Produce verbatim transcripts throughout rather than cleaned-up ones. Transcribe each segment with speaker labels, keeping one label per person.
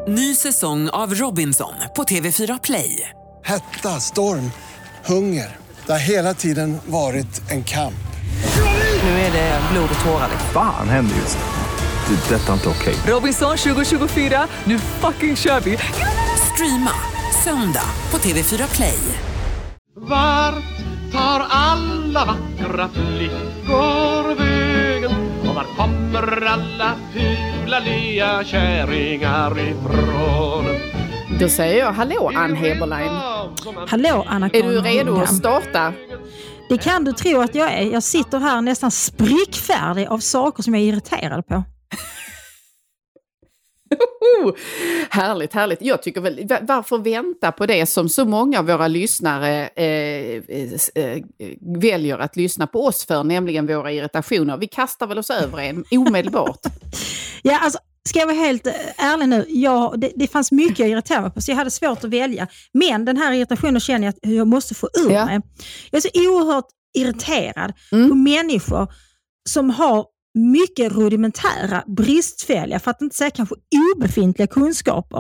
Speaker 1: Ny säsong av Robinson på T V fyra Play.
Speaker 2: Hetta, storm, hunger. Det har hela tiden varit en kamp.
Speaker 1: Nu är det blod och tårar.
Speaker 3: Fan händer just det. Det är detta inte okej.
Speaker 1: Robinson tjugo tjugofyra, nu fucking kör vi. Streama söndag på T V fyra Play.
Speaker 4: Vart tar alla vackra flickor vägen? Och var kommer alla fula lea käringar ifrån?
Speaker 5: Då säger jag hallå Ann Heberlein.
Speaker 6: Hallå Anna-Karin.
Speaker 5: Är du redo att starta?
Speaker 6: Det kan du tro att jag är. Jag sitter här nästan sprickfärdig av saker som jag är irriterad på.
Speaker 5: Härligt, härligt. Jag tycker väl, varför vänta på det som så många av våra lyssnare eh, eh, väljer att lyssna på oss för, nämligen våra irritationer. Vi kastar väl oss över en omedelbart.
Speaker 6: Ja, alltså, ska jag vara helt ärlig nu, ja, det, det fanns mycket jag irriterade mig på, så jag hade svårt att välja. Men den här irritationen känner jag att jag måste få ur
Speaker 5: ja.
Speaker 6: mig. Jag är så oerhört irriterad
Speaker 5: mm.
Speaker 6: på människor som har mycket rudimentära, bristfälliga, för att inte säga kanske obefintliga kunskaper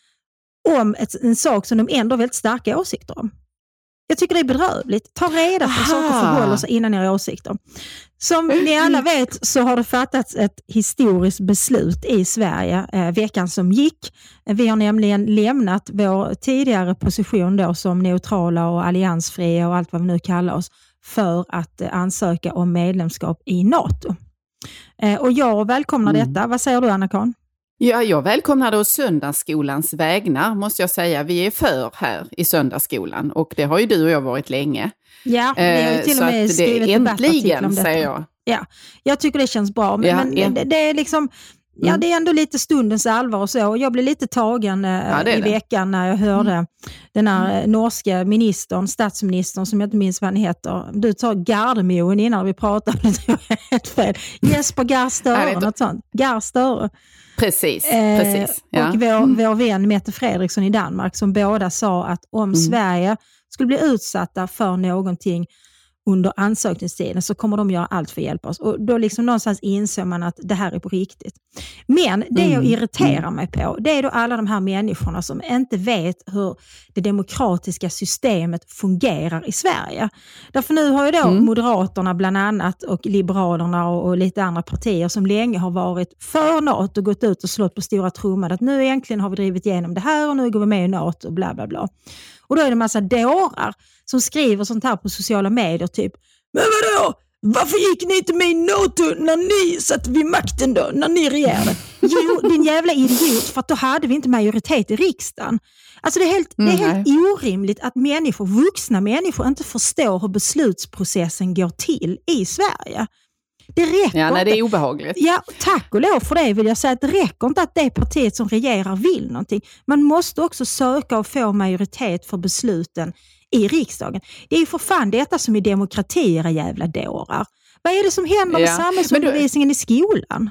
Speaker 6: om ett, en sak som de ändå har väldigt starka åsikter om. Jag tycker det är bedrövligt. Ta reda på Aha. saker förhåller sig innan ni har åsikter. Som ni alla vet så har det fattats ett historiskt beslut i Sverige eh, veckan som gick. Vi har nämligen lämnat vår tidigare position då som neutrala och alliansfria och allt vad vi nu kallar oss för att eh, ansöka om medlemskap i NATO. Eh, och jag välkomnar mm. detta. Vad säger du, Anna-Karin?
Speaker 5: Ja, jag välkomnar då Söndagsskolans vägnar, måste jag säga. Vi är för här i Söndagsskolan och det har ju du och jag varit länge.
Speaker 6: Ja, vi har ju till och med skrivit
Speaker 5: äntligen, om säger jag.
Speaker 6: Ja, jag tycker det känns bra. Men,
Speaker 5: ja,
Speaker 6: men
Speaker 5: ja.
Speaker 6: Det, det är liksom... Ja,
Speaker 5: Mm.
Speaker 6: det är ändå lite stundens allvar och så. Och jag blev lite tagen eh,
Speaker 5: ja,
Speaker 6: i
Speaker 5: det.
Speaker 6: veckan när jag hörde
Speaker 5: mm.
Speaker 6: den här mm. norska ministern, statsministern som jag inte minns vad han heter. Du tar Gardermoen innan vi pratade. Det var helt fel. Jesper Garstöre, något sånt. Garstöre.
Speaker 5: Precis,
Speaker 6: eh,
Speaker 5: precis. Ja.
Speaker 6: Och vår, vår vän Mette Fredriksson i Danmark som båda sa att om mm. Sverige skulle bli utsatta för någonting under ansökningstiden så kommer de göra allt för att hjälpa oss. Och då liksom någonstans inser man att det här är på riktigt. Men det jag irriterar mig på, det är då alla de här människorna som inte vet hur det demokratiska systemet fungerar i Sverige. Därför nu har ju då mm. Moderaterna bland annat och Liberalerna och, och lite andra partier som länge har varit för NATO och gått ut och slått på stora trumman att nu egentligen har vi drivit igenom det här och nu går vi med i NATO och bla bla bla. Och då är det en massa dårar som skriver sånt här på sociala medier typ, men vadå? Varför gick ni inte med i NATO när ni satt vid makten då? När ni regerade? Jo, din jävla idiot, för att då hade vi inte majoritet i riksdagen. Alltså det är helt, mm, det är helt orimligt att människor, vuxna människor inte förstår hur beslutsprocessen går till i Sverige. Det räcker
Speaker 5: ja, nej,
Speaker 6: inte.
Speaker 5: Det är obehagligt.
Speaker 6: Ja, tack och lov för det vill jag säga att det räcker inte att det partiet som regerar vill någonting. Man måste också söka och få majoritet för besluten i riksdagen. Det är ju för fan detta som är demokrati, era jävla dårar. Vad är det som händer med ja. samhällsundervisningen du... i skolan?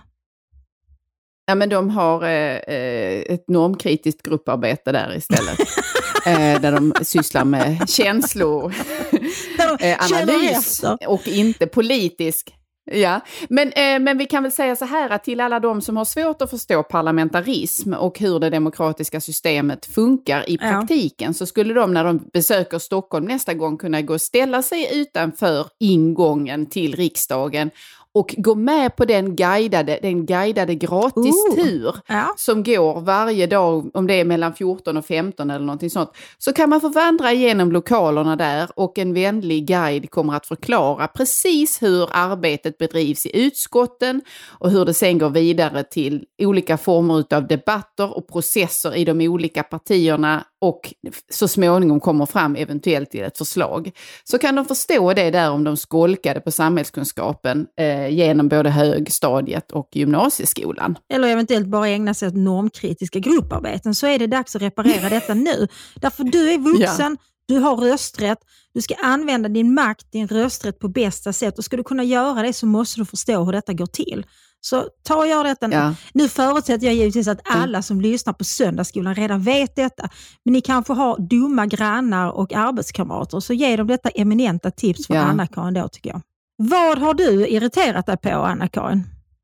Speaker 5: Ja, men de har eh, ett normkritiskt grupparbete där istället. eh, där de sysslar med känslor, eh, analys och inte politisk. Ja, men, eh, men vi kan väl säga så här att till alla de som har svårt att förstå parlamentarism och hur det demokratiska systemet funkar i praktiken ja. så skulle de när de besöker Stockholm nästa gång kunna gå och ställa sig utanför ingången till riksdagen och gå med på den guidade, den guidade gratistur uh, ja. som går varje dag, om det är mellan fjorton och femton eller någonting sånt. Så kan man få vandra igenom lokalerna där och en vänlig guide kommer att förklara precis hur arbetet bedrivs i utskotten och hur det sen går vidare till olika former av debatter och processer i de olika partierna och så småningom kommer fram eventuellt till ett förslag. Så kan de förstå det där om de skolkade på samhällskunskapen eh, genom både högstadiet och gymnasieskolan.
Speaker 6: Eller eventuellt bara ägna sig åt normkritiska grupparbeten, så är det dags att reparera detta nu. Därför du är vuxen, ja. du har rösträtt, du ska använda din makt, din rösträtt på bästa sätt och ska du kunna göra det så måste du förstå hur detta går till. Så ta och gör detta. Ja. Nu förutsätter jag givetvis att alla som lyssnar på Söndagsskolan redan vet detta. Men ni kanske har dumma grannar och arbetskamrater, så ge dem detta eminenta tips från ja. Anna-Karin då, tycker jag. Vad har du irriterat dig på, Anna-Karin?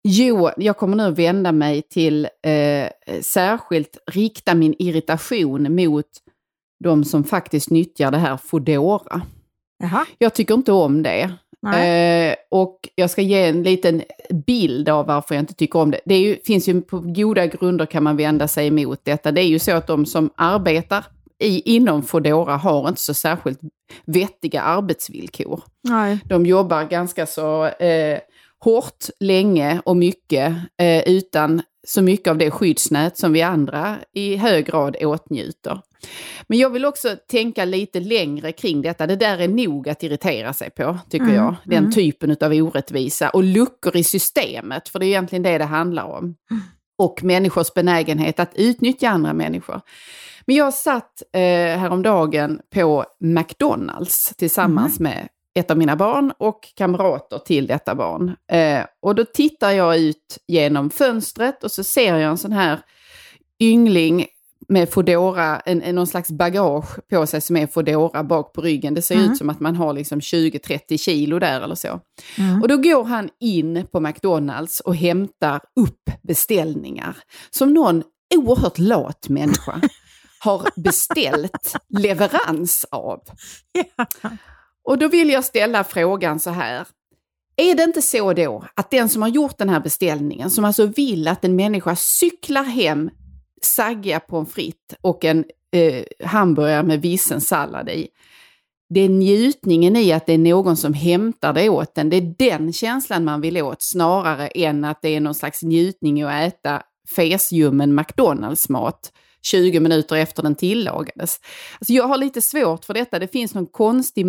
Speaker 5: Jo, jag kommer nu vända mig till eh, särskilt rikta min irritation mot de som faktiskt nyttjar det här Foodora.
Speaker 6: Jaha.
Speaker 5: Jag tycker inte om det. Eh, och jag ska ge en liten bild av varför jag inte tycker om det. Det är ju, finns ju på goda grunder kan man vända sig emot detta. Det är ju så att de som arbetar i, inom Foodora har inte så särskilt vettiga arbetsvillkor.
Speaker 6: Nej.
Speaker 5: De jobbar ganska så eh, hårt, länge och mycket eh, utan så mycket av det skyddsnät som vi andra i hög grad åtnjuter. Men jag vill också tänka lite längre kring detta. Det där är nog att irritera sig på, tycker mm, jag. Den mm. typen av orättvisa och luckor i systemet, för det är egentligen det det handlar om. Mm. Och människors benägenhet att utnyttja andra människor. Men jag satt eh, häromdagen på McDonalds tillsammans mm. med ett av mina barn och kamrater till detta barn. Eh, och då tittar jag ut genom fönstret och så ser jag en sån här yngling med Foodora, en, en, någon slags bagage på sig som är Foodora bak på ryggen. Det ser mm. ut som att man har liksom tjugo till trettio kilo där eller så. Mm. Och då går han in på McDonalds och hämtar upp beställningar som någon oerhört lat människa har beställt leverans av.
Speaker 6: Ja.
Speaker 5: Och då vill jag ställa frågan så här. Är det inte så då att den som har gjort den här beställningen, som alltså vill att en människa cyklar hem saggiga pommes frites och en eh, hamburgare med vissen sallad i, det är njutningen i att det är någon som hämtar det åt den. Det är den känslan man vill åt snarare än att det är någon slags njutning att äta fesljummen McDonalds-mat tjugo minuter efter den tillagades. Alltså jag har lite svårt för detta. Det finns någon konstig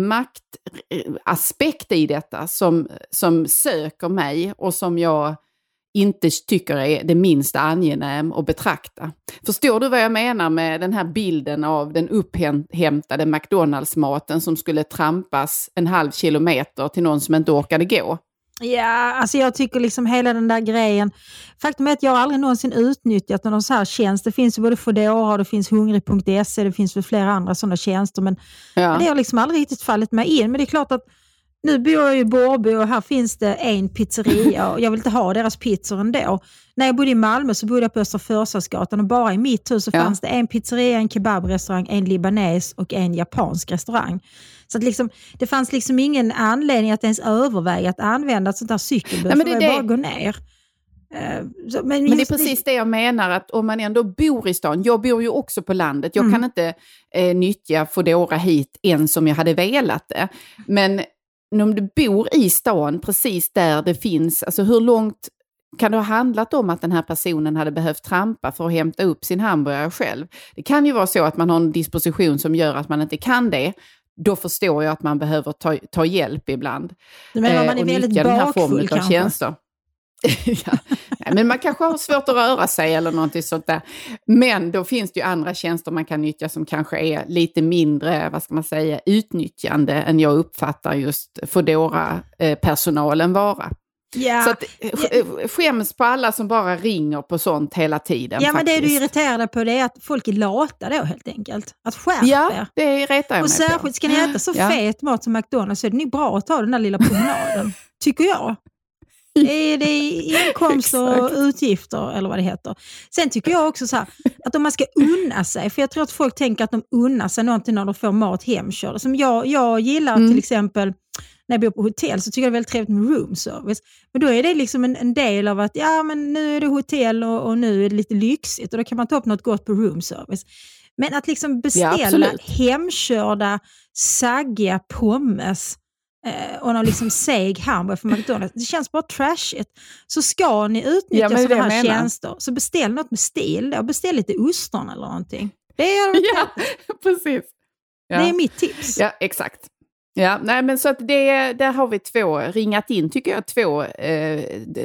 Speaker 5: maktaspekt i detta som, som söker mig och som jag inte tycker är det minsta angenäm att betrakta. Förstår du vad jag menar med den här bilden av den upphämtade McDonalds-maten som skulle trampas en halv kilometer till någon som inte orkade gå?
Speaker 6: Ja, alltså jag tycker liksom hela den där grejen. Faktum är att jag aldrig någonsin utnyttjat någon så här tjänst. Det finns ju både Foodora, det finns hungrig punkt se, det finns väl flera andra sådana tjänster. Men
Speaker 5: ja.
Speaker 6: det har liksom aldrig riktigt fallit mig in. Men det är klart att nu bor jag i Borby och här finns det en pizzeria och jag vill inte ha deras pizzor ändå. När jag bodde i Malmö så bodde jag på Östra Förstadsgatan och bara i mitt hus så
Speaker 5: ja.
Speaker 6: fanns det en pizzeria, en kebabrestaurang, en libanes och en japansk restaurang. Så att liksom, det fanns liksom ingen anledning att ens överväga att använda ett sånt där cykelbuss. Nej, för det bara gå ner. Uh, så, men,
Speaker 5: men det är precis det jag menar, att om man ändå bor i stan, jag bor ju också på landet, jag mm. kan inte eh, nyttja Foodora hit än som jag hade velat det. Men om du bor i stan precis där det finns, alltså hur långt kan det ha handlat om att den här personen hade behövt trampa för att hämta upp sin hamburgare själv? Det kan ju vara så att man har en disposition som gör att man inte kan det. Då förstår jag att man behöver ta, ta hjälp ibland.
Speaker 6: Du menar, eh, man är väldigt bakfull kanske?
Speaker 5: Tjänster. Ja. Nej, men man kanske har svårt att röra sig eller någonting sånt där. Men då finns det ju andra tjänster man kan nyttja som kanske är lite mindre, vad ska man säga, utnyttjande än jag uppfattar just Foodora-personalen vara.
Speaker 6: Ja.
Speaker 5: Så att, skäms på alla som bara ringer på sånt hela tiden.
Speaker 6: Ja,
Speaker 5: faktiskt.
Speaker 6: Men det du irriterar på det är att folk är lata då helt enkelt. Att skärpa
Speaker 5: ja,
Speaker 6: er.
Speaker 5: det retar jag
Speaker 6: Och
Speaker 5: mig
Speaker 6: särskilt
Speaker 5: på.
Speaker 6: ska ni äta så ja. fet mat som McDonalds så är det nog bra att ta den där lilla promenaden. Tycker jag. Det är, det är inkomster och utgifter eller vad det heter. Sen tycker jag också så här, att om man ska unna sig, för jag tror att folk tänker att de unnar sig någonting när de får mat hemkörd. Som jag, jag gillar mm. till exempel när jag bor på hotell så tycker jag det är väldigt trevligt med room service. Men då är det liksom en, en del av att ja men nu är det hotell och, och nu är det lite lyxigt och då kan man ta upp något gott på room service. Men att liksom beställa ja, hemkörda saggiga pommes Eh, och någon liksom seg hamburgare från McDonalds. Det känns bara trashigt. Så ska ni utnyttja ja, sådana här tjänster så beställ något med stil och beställ lite ostron eller någonting. Det är,
Speaker 5: ja, precis. Ja.
Speaker 6: Det är mitt tips.
Speaker 5: Ja, exakt. Ja, nej men så att det, där har vi två, ringat in tycker jag, två eh,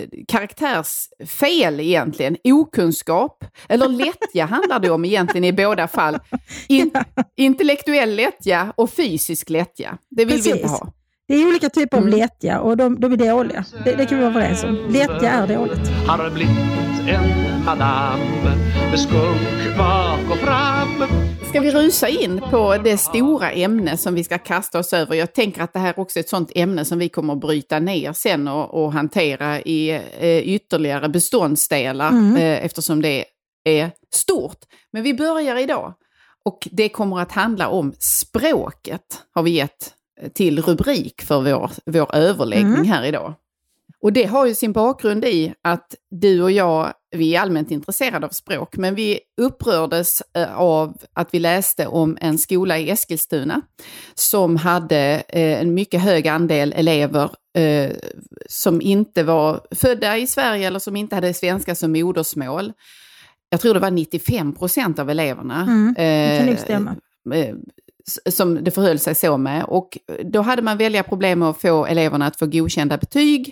Speaker 5: karaktärsfel egentligen. Okunskap, eller lättja handlar det om egentligen i båda fall. In, ja. Intellektuell lättja och fysisk lättja. Det vill Precis. vi inte ha.
Speaker 6: Det är olika typer av mm. lättja och de, de är dåliga. Det, det kan vi vara överens om. Lättja är dåligt.
Speaker 4: Har blivit en madame med skunk bak och fram.
Speaker 5: ska vi rusa in på det stora ämne som vi ska kasta oss över? Jag tänker att det här också är ett sånt ämne som vi kommer att bryta ner sen och, och hantera i eh, ytterligare beståndsdelar mm. eh, eftersom det är stort. Men vi börjar idag och det kommer att handla om språket, har vi gett till rubrik för vår, vår överläggning mm. här idag. Och det har ju sin bakgrund i att du och jag, vi är allmänt intresserade av språk, men vi upprördes av att vi läste om en skola i Eskilstuna som hade en mycket hög andel elever eh, som inte var födda i Sverige eller som inte hade svenska som modersmål. Jag tror det var nittiofem procent av eleverna.
Speaker 6: Mm, det kan nog stämma.
Speaker 5: Eh, som det förhöll sig så med. Och då hade man välja problem med att få eleverna att få godkända betyg.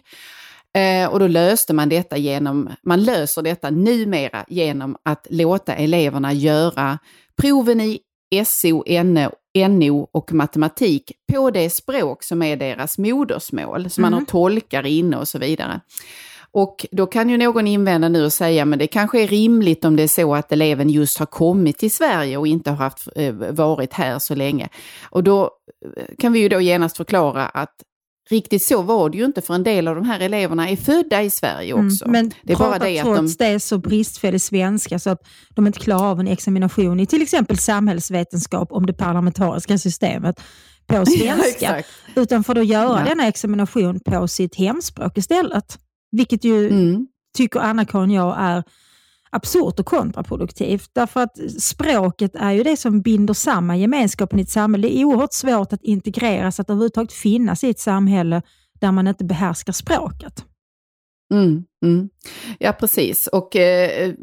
Speaker 5: Eh, och då löste man detta genom, man löser detta numera genom att låta eleverna göra proven i S O, N O och matematik på det språk som är deras modersmål. Som mm. man har tolkar inne och så vidare. Och då kan ju någon invända nu och säga, men det kanske är rimligt om det är så att eleven just har kommit till Sverige och inte har haft, eh, varit här så länge. Och då kan vi ju då genast förklara att riktigt så var det ju inte, för en del av de här eleverna är födda i Sverige också.
Speaker 6: Mm, men
Speaker 5: det är bara det att
Speaker 6: trots de... det är så bristfällig svenska så att de inte klarar av en examination i till exempel samhällsvetenskap om det parlamentariska systemet på svenska. Ja, utan får då göra ja. denna examination på sitt hemspråk istället. Vilket ju mm. tycker Anna-Karin och jag är absurt och kontraproduktivt. Därför att språket är ju det som binder samman gemenskapen i ett samhälle. Det är oerhört svårt att integrera så att överhuvudtaget finnas i ett samhälle där man inte behärskar språket.
Speaker 5: Mm, mm. Ja, precis. Och eh,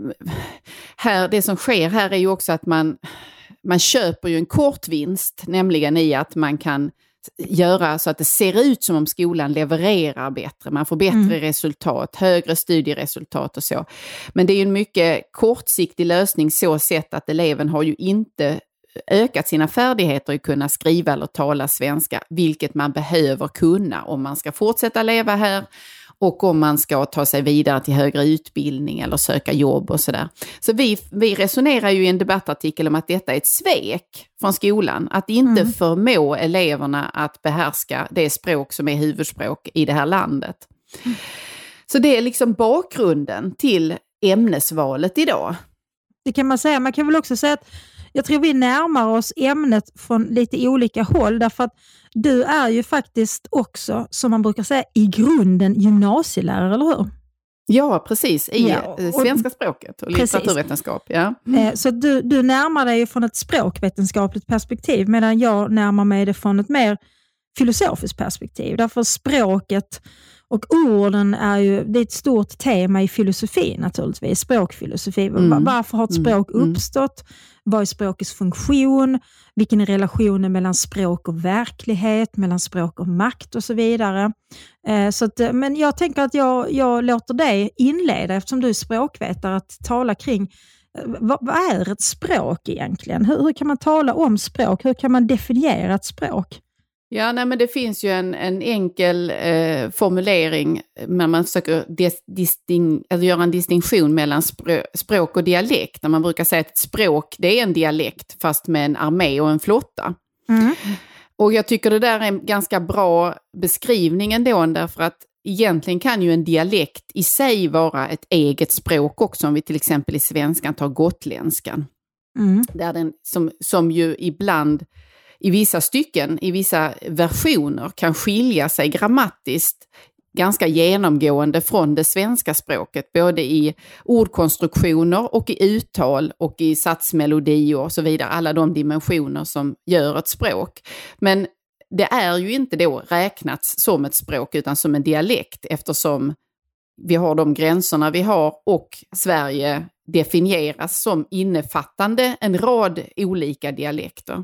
Speaker 5: här, det som sker här är ju också att man, man köper ju en kort vinst, nämligen i att man kan göra så att det ser ut som om skolan levererar bättre. Man får bättre mm. resultat, högre studieresultat och så. Men det är ju en mycket kortsiktig lösning så sett att eleven har ju inte ökat sina färdigheter i att kunna skriva eller tala svenska, vilket man behöver kunna om man ska fortsätta leva här och om man ska ta sig vidare till högre utbildning eller söka jobb och sådär. Så vi, vi resonerar ju i en debattartikel om att detta är ett svek från skolan. Att inte mm. förmå eleverna att behärska det språk som är huvudspråk i det här landet. Mm. Så det är liksom bakgrunden till ämnesvalet idag.
Speaker 6: Det kan man säga. Man kan väl också säga att jag tror vi närmar oss ämnet från lite olika håll, därför att du är ju faktiskt också, som man brukar säga, i grunden gymnasielärare, eller hur?
Speaker 5: Ja, precis. I ja, och, svenska språket och litteraturvetenskap. Ja.
Speaker 6: Mm. Så du, du närmar dig från ett språkvetenskapligt perspektiv, medan jag närmar mig det från ett mer filosofiskt perspektiv. Därför språket och orden är ju, det är ett stort tema i filosofi naturligtvis, språkfilosofi. Mm. Varför har ett språk mm. uppstått? Vad är språkets funktion? Vilken är relationen mellan språk och verklighet, mellan språk och makt och så vidare. Eh, så att, men jag tänker att jag, jag låter dig inleda, eftersom du är språkvetare, att tala kring eh, vad, vad är ett språk egentligen? Hur, hur kan man tala om språk? Hur kan man definiera ett språk?
Speaker 5: Ja, nej, men det finns ju en, en enkel eh, formulering när man försöker dis, disting, alltså göra en distinktion mellan språk, språk och dialekt. När man brukar säga att ett språk, det är en dialekt fast med en armé och en flotta. Mm. Och jag tycker det där är en ganska bra beskrivning ändå, därför att egentligen kan ju en dialekt i sig vara ett eget språk också, om vi till exempel i svenskan tar gotländskan. Mm. Där den, som, som ju ibland i vissa stycken, i vissa versioner kan skilja sig grammatiskt ganska genomgående från det svenska språket. Både i ordkonstruktioner och i uttal och i satsmelodi och så vidare. Alla de dimensioner som gör ett språk. Men det är ju inte då räknats som ett språk utan som en dialekt, eftersom vi har de gränserna vi har och Sverige definieras som innefattande en rad olika dialekter.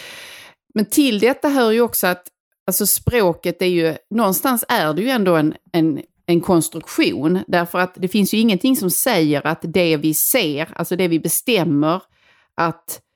Speaker 5: Men till detta hör ju också att alltså språket är ju, någonstans är det ju ändå en, en, en konstruktion, därför att det finns ju ingenting som säger att det vi ser, alltså det vi bestämmer att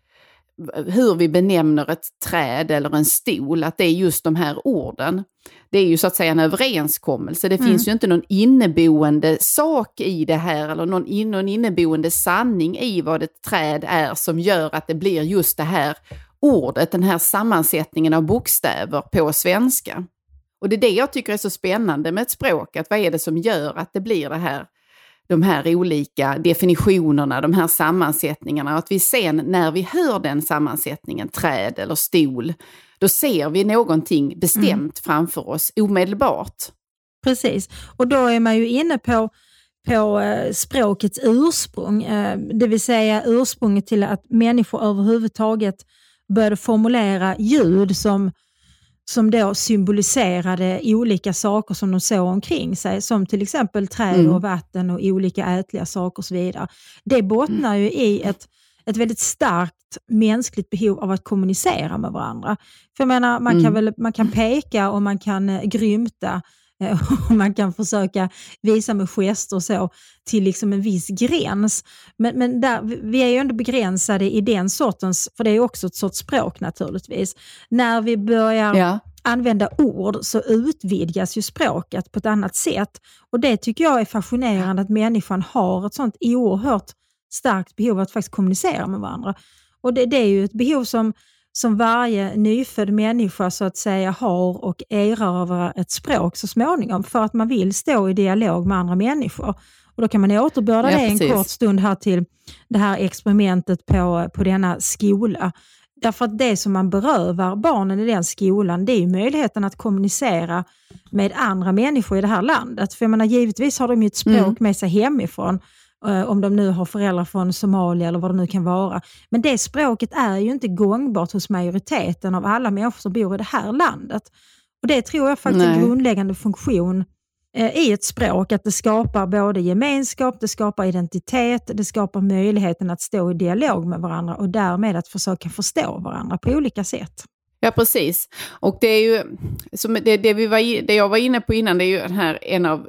Speaker 5: hur vi benämner ett träd eller en stol, att det är just de här orden. Det är ju så att säga en överenskommelse. Det mm. finns ju inte någon inneboende sak i det här eller någon, in, någon inneboende sanning i vad ett träd är som gör att det blir just det här ordet, den här sammansättningen av bokstäver på svenska. Och det är det jag tycker är så spännande med ett språk, att vad är det som gör att det blir det här, de här olika definitionerna, de här sammansättningarna, och att vi sen när vi hör den sammansättningen, träd eller stol, då ser vi någonting bestämt mm. framför oss omedelbart.
Speaker 6: Precis, och då är man ju inne på, på eh, språkets ursprung, eh, det vill säga ursprunget till att människor överhuvudtaget började formulera ljud som som då symboliserade olika saker som de såg omkring sig, som till exempel träd mm. och vatten och olika ätliga saker och så vidare. Det bottnar ju i ett, ett väldigt starkt mänskligt behov av att kommunicera med varandra. För jag menar, man kan, mm. väl, man kan peka och man kan grymta och man kan försöka visa med gester och så till liksom en viss gräns. Men, men där, vi är ju ändå begränsade i den sortens, för det är ju också ett sorts språk naturligtvis. När vi börjar ja. använda ord så utvidgas ju språket på ett annat sätt. Och det tycker jag är fascinerande, att människan har ett sånt oerhört starkt behov att faktiskt kommunicera med varandra. Och det, det är ju ett behov som som varje nyfödd människa så att säga har och erövrar ett språk så småningom, för att man vill stå i dialog med andra människor. Och då kan man återbörda ja, det en precis. kort stund här till det här experimentet på, på denna skola. Därför att det som man berövar barnen i den skolan, det är ju möjligheten att kommunicera med andra människor i det här landet. För jag menar, givetvis har de ju ett språk mm. med sig hemifrån, om de nu har föräldrar från Somalia eller vad det nu kan vara. Men det språket är ju inte gångbart hos majoriteten av alla människor som bor i det här landet. Och det tror jag faktiskt är en grundläggande funktion eh, i ett språk, att det skapar både gemenskap, det skapar identitet, det skapar möjligheten att stå i dialog med varandra och därmed att försöka förstå varandra på olika sätt.
Speaker 5: Ja, precis. Och det är ju, som det, det, vi var, det jag var inne på innan, det är ju den här, en av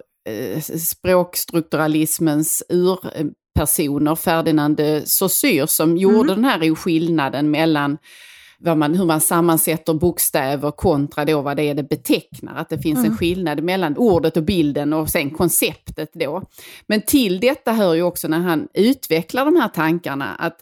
Speaker 5: språkstrukturalismens urpersoner, Ferdinand de Saussure, som gjorde mm. den här skillnaden mellan vad man, hur man sammansätter bokstäver kontra då vad det är det betecknar, att det finns mm. en skillnad mellan ordet och bilden och sen konceptet då. Men till detta hör ju också när han utvecklar de här tankarna, att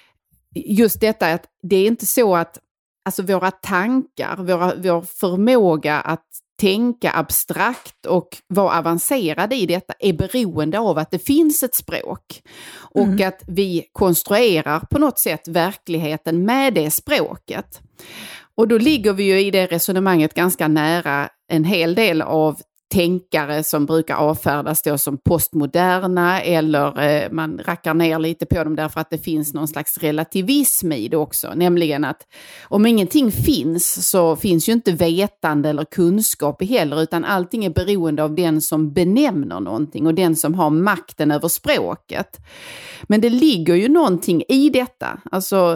Speaker 5: just detta att det är inte så att alltså våra tankar, våra, vår förmåga att tänka abstrakt och vara avancerade i detta är beroende av att det finns ett språk. Och mm. att vi konstruerar på något sätt verkligheten med det språket. Och då ligger vi ju i det resonemanget ganska nära en hel del av tänkare som brukar avfärdas då som postmoderna, eller eh, man rackar ner lite på dem därför att det finns någon slags relativism i det också. Nämligen att om ingenting finns så finns ju inte vetande eller kunskap heller, utan allting är beroende av den som benämner någonting och den som har makten över språket. Men det ligger ju någonting i detta, alltså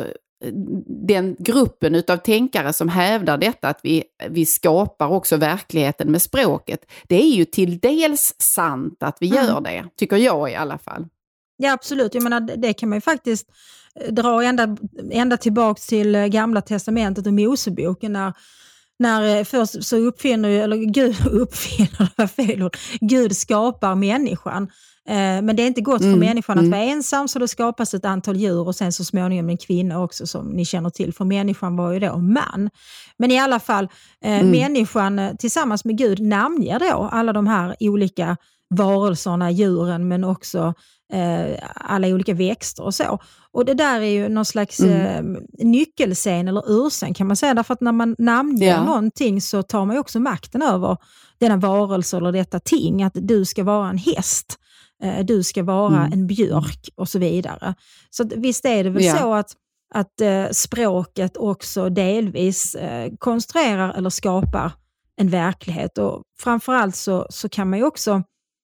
Speaker 5: den gruppen utav tänkare som hävdar detta, att vi, vi skapar också verkligheten med språket, det är ju till dels sant att vi mm. gör det, tycker jag i alla fall.
Speaker 6: Ja, absolut. Jag menar, det kan man ju faktiskt dra ända, ända tillbaka till Gamla testamentet och Moseboken, när När först så uppfinner, eller Gud uppfinner, det var fel ord, Gud skapar människan. Men det är inte gott för mm. människan att mm. vara ensam, så det skapas ett antal djur och sen så småningom en kvinna också, som ni känner till, för människan var ju då man. Men i alla fall, mm. människan tillsammans med Gud namnger då alla de här olika varelserna, djuren, men också eh, alla olika växter och så. Och det där är ju någon slags mm. eh, nyckelscen eller urscen, kan man säga, därför att när man namnger ja. någonting så tar man ju också makten över denna varelse eller detta ting, att du ska vara en häst, eh, du ska vara mm. en björk och så vidare. Så att, visst är det väl ja. så att att eh, språket också delvis eh, konstruerar eller skapar en verklighet, och framförallt så, så kan man ju också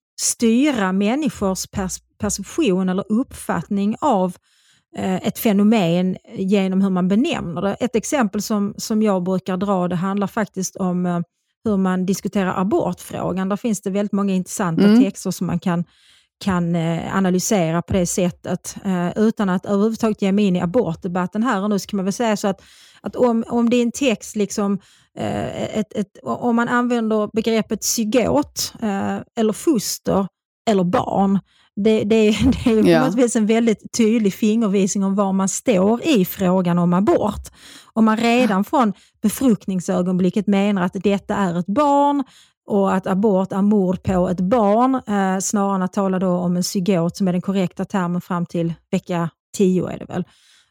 Speaker 6: styra människors pers- perception eller uppfattning av eh, ett fenomen genom hur man benämner det. Ett exempel som, som jag brukar dra, det handlar faktiskt om eh, hur man diskuterar abortfrågan. Där finns det väldigt många intressanta mm. texter som man kan, kan eh, analysera på det sättet. Eh, utan att överhuvudtaget ge mig in i abortdebatten här och nu, så kan man väl säga så att, att om, om det är en text liksom, eh, ett, ett, om man använder begreppet zygot eh, eller foster eller barn, det, det, det är ju ja. på något vis en väldigt tydlig fingervisning om var man står i frågan om abort. Om man redan från befruktningsögonblicket menar att detta är ett barn och att abort är mord på ett barn, eh, snarare än att tala då om en zygot som är den korrekta termen fram till vecka tio är det väl.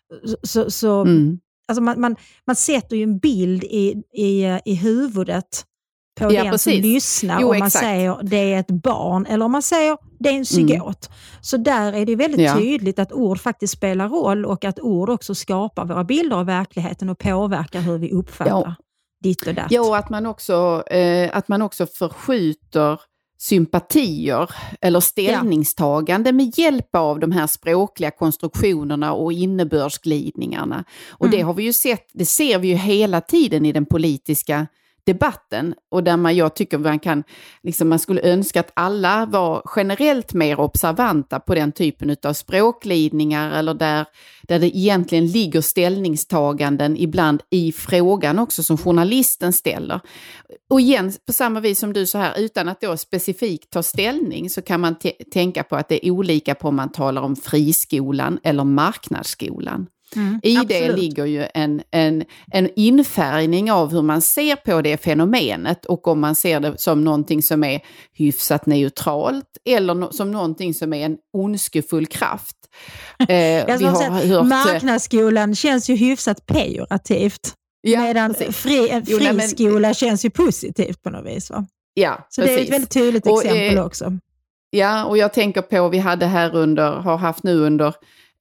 Speaker 6: Så, så mm. alltså man, man, man sätter ju en bild i, i, i huvudet på ja, den precis. som lyssnar, jo, om man exakt. säger det är ett barn eller om man säger det är en zygot. Mm. Så där är det väldigt ja. tydligt att ord faktiskt spelar roll och att ord också skapar våra bilder av verkligheten och påverkar hur vi uppfattar ja. ditt och datt.
Speaker 5: Ja, och att man också, eh, att man också förskjuter sympatier eller ställningstagande ja. med hjälp av de här språkliga konstruktionerna och innebördsglidningarna. Och mm. det har vi ju sett, det ser vi ju hela tiden i den politiska debatten, och där man, jag tycker man kan liksom, man skulle önska att alla var generellt mer observanta på den typen av språkglidningar, eller där, där det egentligen ligger ställningstaganden ibland i frågan också som journalisten ställer. Och igen, på samma vis som du så här, utan att då specifikt ta ställning, så kan man t- tänka på att det är olika på om man talar om friskolan eller marknadsskolan. Mm, I absolut. det ligger ju en, en, en infärgning av hur man ser på det fenomenet, och om man ser det som någonting som är hyfsat neutralt eller no, som någonting som är en ondskefull kraft. Eh, vi har hört,
Speaker 6: marknadsskolan känns ju hyfsat pejorativt, ja, medan fri, en friskola jo, men, känns ju positivt på något vis, va?
Speaker 5: Ja,
Speaker 6: så
Speaker 5: precis.
Speaker 6: Det är ett väldigt tydligt och, exempel eh, också.
Speaker 5: Ja, och jag tänker på, vi hade här under, har haft nu under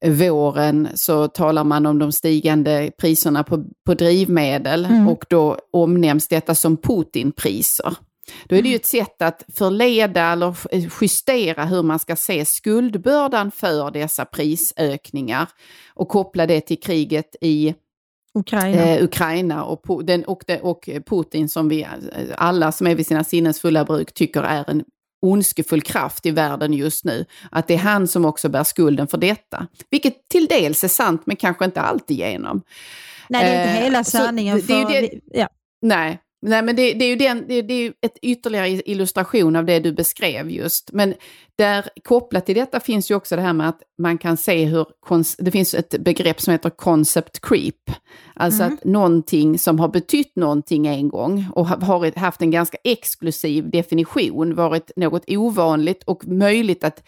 Speaker 5: våren, så talar man om de stigande priserna på, på drivmedel mm. och då omnämns detta som Putinpriser. Då är det ju ett sätt att förleda eller justera hur man ska se skuldbördan för dessa prisökningar och koppla det till kriget i Ukraina, eh, Ukraina och, den, och, den, och Putin, som vi alla som är vid sina sinnes fulla bruk tycker är en ondskefull kraft i världen just nu. Att det är han som också bär skulden för detta. Vilket till dels är sant, men kanske inte alltid igenom.
Speaker 6: Nej, det är inte hela sanningen.
Speaker 5: Det, det är
Speaker 6: för...
Speaker 5: det, ja. Nej, nej, men det, det är ju den, det, det är ju ett ytterligare illustration av det du beskrev just. Men där kopplat till detta finns ju också det här med att man kan se hur, det finns ett begrepp som heter concept creep. Alltså mm. att någonting som har betytt någonting en gång och har haft en ganska exklusiv definition, varit något ovanligt och möjligt att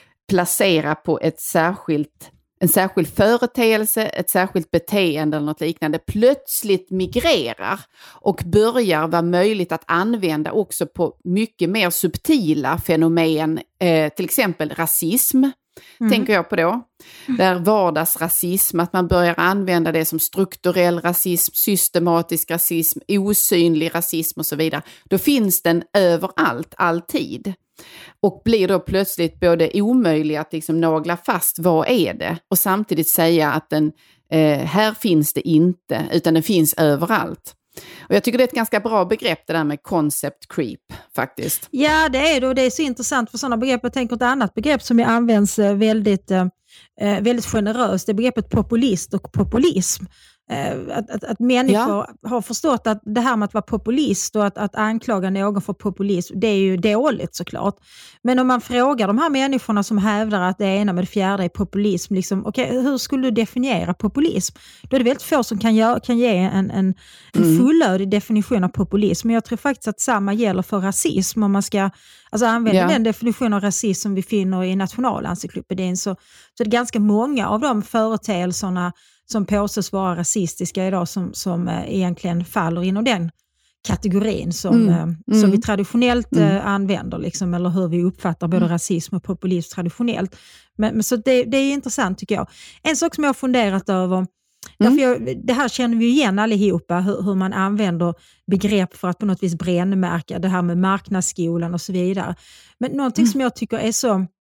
Speaker 5: placera på ett särskilt, en särskild företeelse, ett särskilt beteende eller något liknande, plötsligt migrerar och börjar vara möjligt att använda också på mycket mer subtila fenomen, eh, till exempel rasism. Mm. Tänker jag på då. Där vardagsrasism, att man börjar använda det som strukturell rasism, systematisk rasism, osynlig rasism och så vidare. Då finns den överallt, alltid. Och blir då plötsligt både omöjlig att liksom nagla fast, vad är det? Och samtidigt säga att den, eh, här finns det inte, utan den finns överallt. Och jag tycker det är ett ganska bra begrepp, det där med concept creep faktiskt.
Speaker 6: Ja, det är det, och det är så intressant för sådana begrepp. Jag tänker ett annat begrepp som används väldigt, eh, väldigt generöst, det är begreppet populist och populism. Att, att, att människor ja. har förstått att det här med att vara populist och att, att anklaga någon för populism, det är ju dåligt såklart. Men om man frågar de här människorna som hävdar att det ena med det fjärde är populism, liksom, okay, hur skulle du definiera populism? Då är det väldigt få som kan, gör, kan ge en, en, en mm. fullödig definition av populism. Men jag tror faktiskt att samma gäller för rasism. Om man ska alltså, använda ja. den definition av rasism som vi finner i Nationalencyklopedin, så, så är det ganska många av de företeelserna som påstås vara rasistiska idag som, som eh, egentligen faller inom den kategorin som, mm. eh, som mm. vi traditionellt eh, mm. använder, liksom, eller hur vi uppfattar både mm. rasism och populism traditionellt. Men, men så det, det är intressant tycker jag. En sak som jag har funderat över, mm. därför jag, det här känner vi igen allihopa, hur, hur man använder begrepp för att på något vis brännmärka det här med marknadsskolan och så vidare. Men någonting mm. som jag tycker är så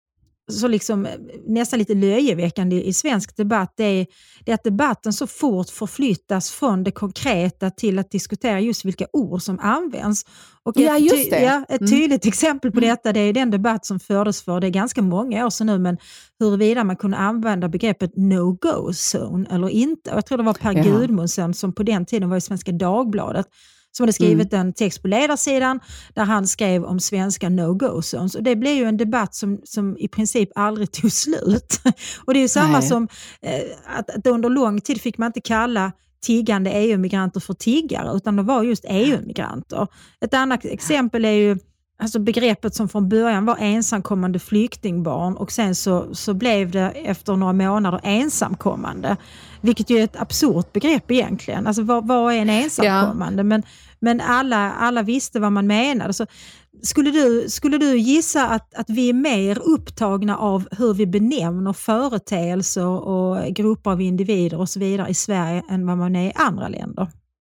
Speaker 6: så liksom nästan lite löjeväckande i svensk debatt, det är, det är att debatten så fort förflyttas från det konkreta till att diskutera just vilka ord som används. Och
Speaker 5: ja,
Speaker 6: ett,
Speaker 5: just det.
Speaker 6: Ja, ett tydligt mm. exempel på detta, det är den debatt som fördes för, det är ganska många år sedan nu, men huruvida man kunde använda begreppet no-go-zone eller inte. Och jag tror det var Per ja. Gudmundsen som på den tiden var i Svenska Dagbladet, som hade skrivit mm. en text på ledarsidan där han skrev om svenska no-go-zones. Och det blev ju en debatt som, som i princip aldrig tog slut. Och det är ju samma Nej. som eh, att, att under lång tid fick man inte kalla tiggande E U-migranter för tiggare, utan det var just E U-migranter. Ett annat exempel är ju alltså begreppet som från början var ensamkommande flyktingbarn och sen så, så blev det efter några månader ensamkommande. Vilket ju är ett absurt begrepp egentligen. Alltså vad, vad är en ensamkommande? Ja. Men, men alla, alla visste vad man menade. Så skulle, du, skulle du gissa att, att vi är mer upptagna av hur vi benämner företeelser och grupper av individer och så vidare i Sverige än vad man är i andra länder?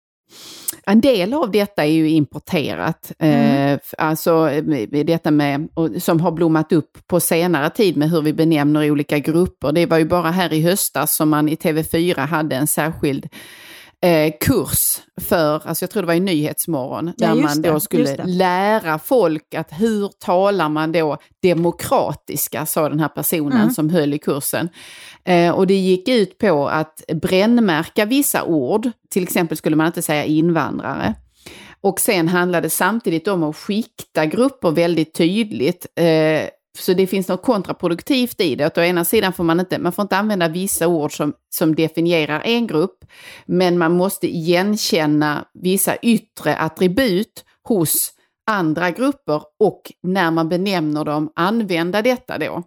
Speaker 5: En del av detta är ju importerat, mm. eh, alltså detta med, och, som har blommat upp på senare tid med hur vi benämner olika grupper. Det var ju bara här i höstas som man i T V fyra hade en särskild eh, kurs för, alltså jag tror det var i Nyhetsmorgon, ja, där man då det, skulle lära folk att hur talar man då demokratiska, sa den här personen mm. som höll i kursen. Eh, och det gick ut på att brännmärka vissa ord, till exempel skulle man inte säga invandrare. Och sen handlade det samtidigt om att skikta grupper väldigt tydligt. Eh, så det finns något kontraproduktivt i det. Att å ena sidan får man inte, man får inte använda vissa ord som, som definierar en grupp. Men man måste igenkänna vissa yttre attribut hos andra grupper. Och när man benämner dem, använda detta då.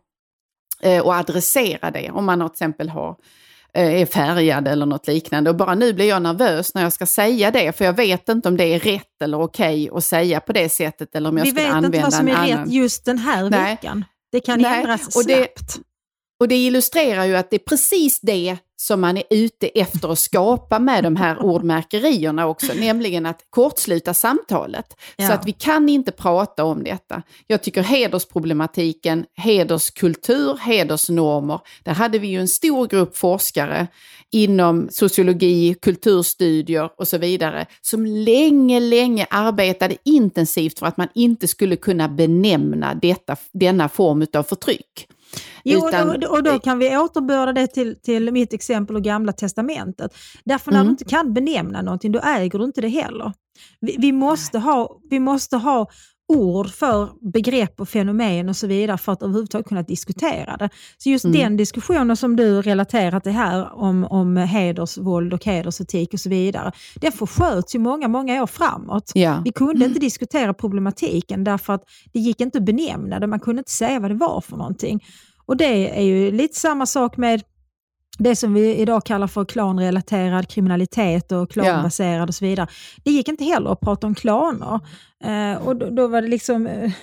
Speaker 5: Eh, och adressera det. Om man till exempel har är färgad eller något liknande. Och bara nu blir jag nervös när jag ska säga det. För jag vet inte om det är rätt eller okej att säga på det sättet. Eller om jag
Speaker 6: Vi
Speaker 5: ska
Speaker 6: vet
Speaker 5: använda
Speaker 6: inte vad som är
Speaker 5: annan.
Speaker 6: rätt just den här
Speaker 5: Nej.
Speaker 6: veckan. Det kan
Speaker 5: Nej.
Speaker 6: ändras
Speaker 5: och det,
Speaker 6: snabbt.
Speaker 5: Och det illustrerar ju att det är precis det som man är ute efter att skapa med de här ordmärkerierna också. Nämligen att kortsluta samtalet. Ja. Så att vi kan inte prata om detta. Jag tycker hedersproblematiken, hederskultur, hedersnormer. Där hade vi ju en stor grupp forskare inom sociologi, kulturstudier och så vidare. Som länge, länge arbetade intensivt för att man inte skulle kunna benämna detta, denna form av förtryck.
Speaker 6: Jo, Utan, och, då, och då kan vi återbörda det till, till mitt exempel och Gamla testamentet. Därför när mm. du inte kan benämna någonting, då äger du inte det heller. Vi, vi, måste ha, vi måste ha ord för begrepp och fenomen och så vidare för att överhuvudtaget kunna diskutera det. Så just mm. den diskussionen som du relaterar till här om, om hedersvåld och hedersetik och så vidare, det försköts ju många, många år framåt. Ja. Vi kunde inte diskutera problematiken därför att det gick inte att benämna det. Man kunde inte säga vad det var för någonting. Och det är ju lite samma sak med det som vi idag kallar för klanrelaterad kriminalitet och klanbaserad och så vidare. Det gick inte heller att prata om klaner. Eh, och då, då var det liksom eh,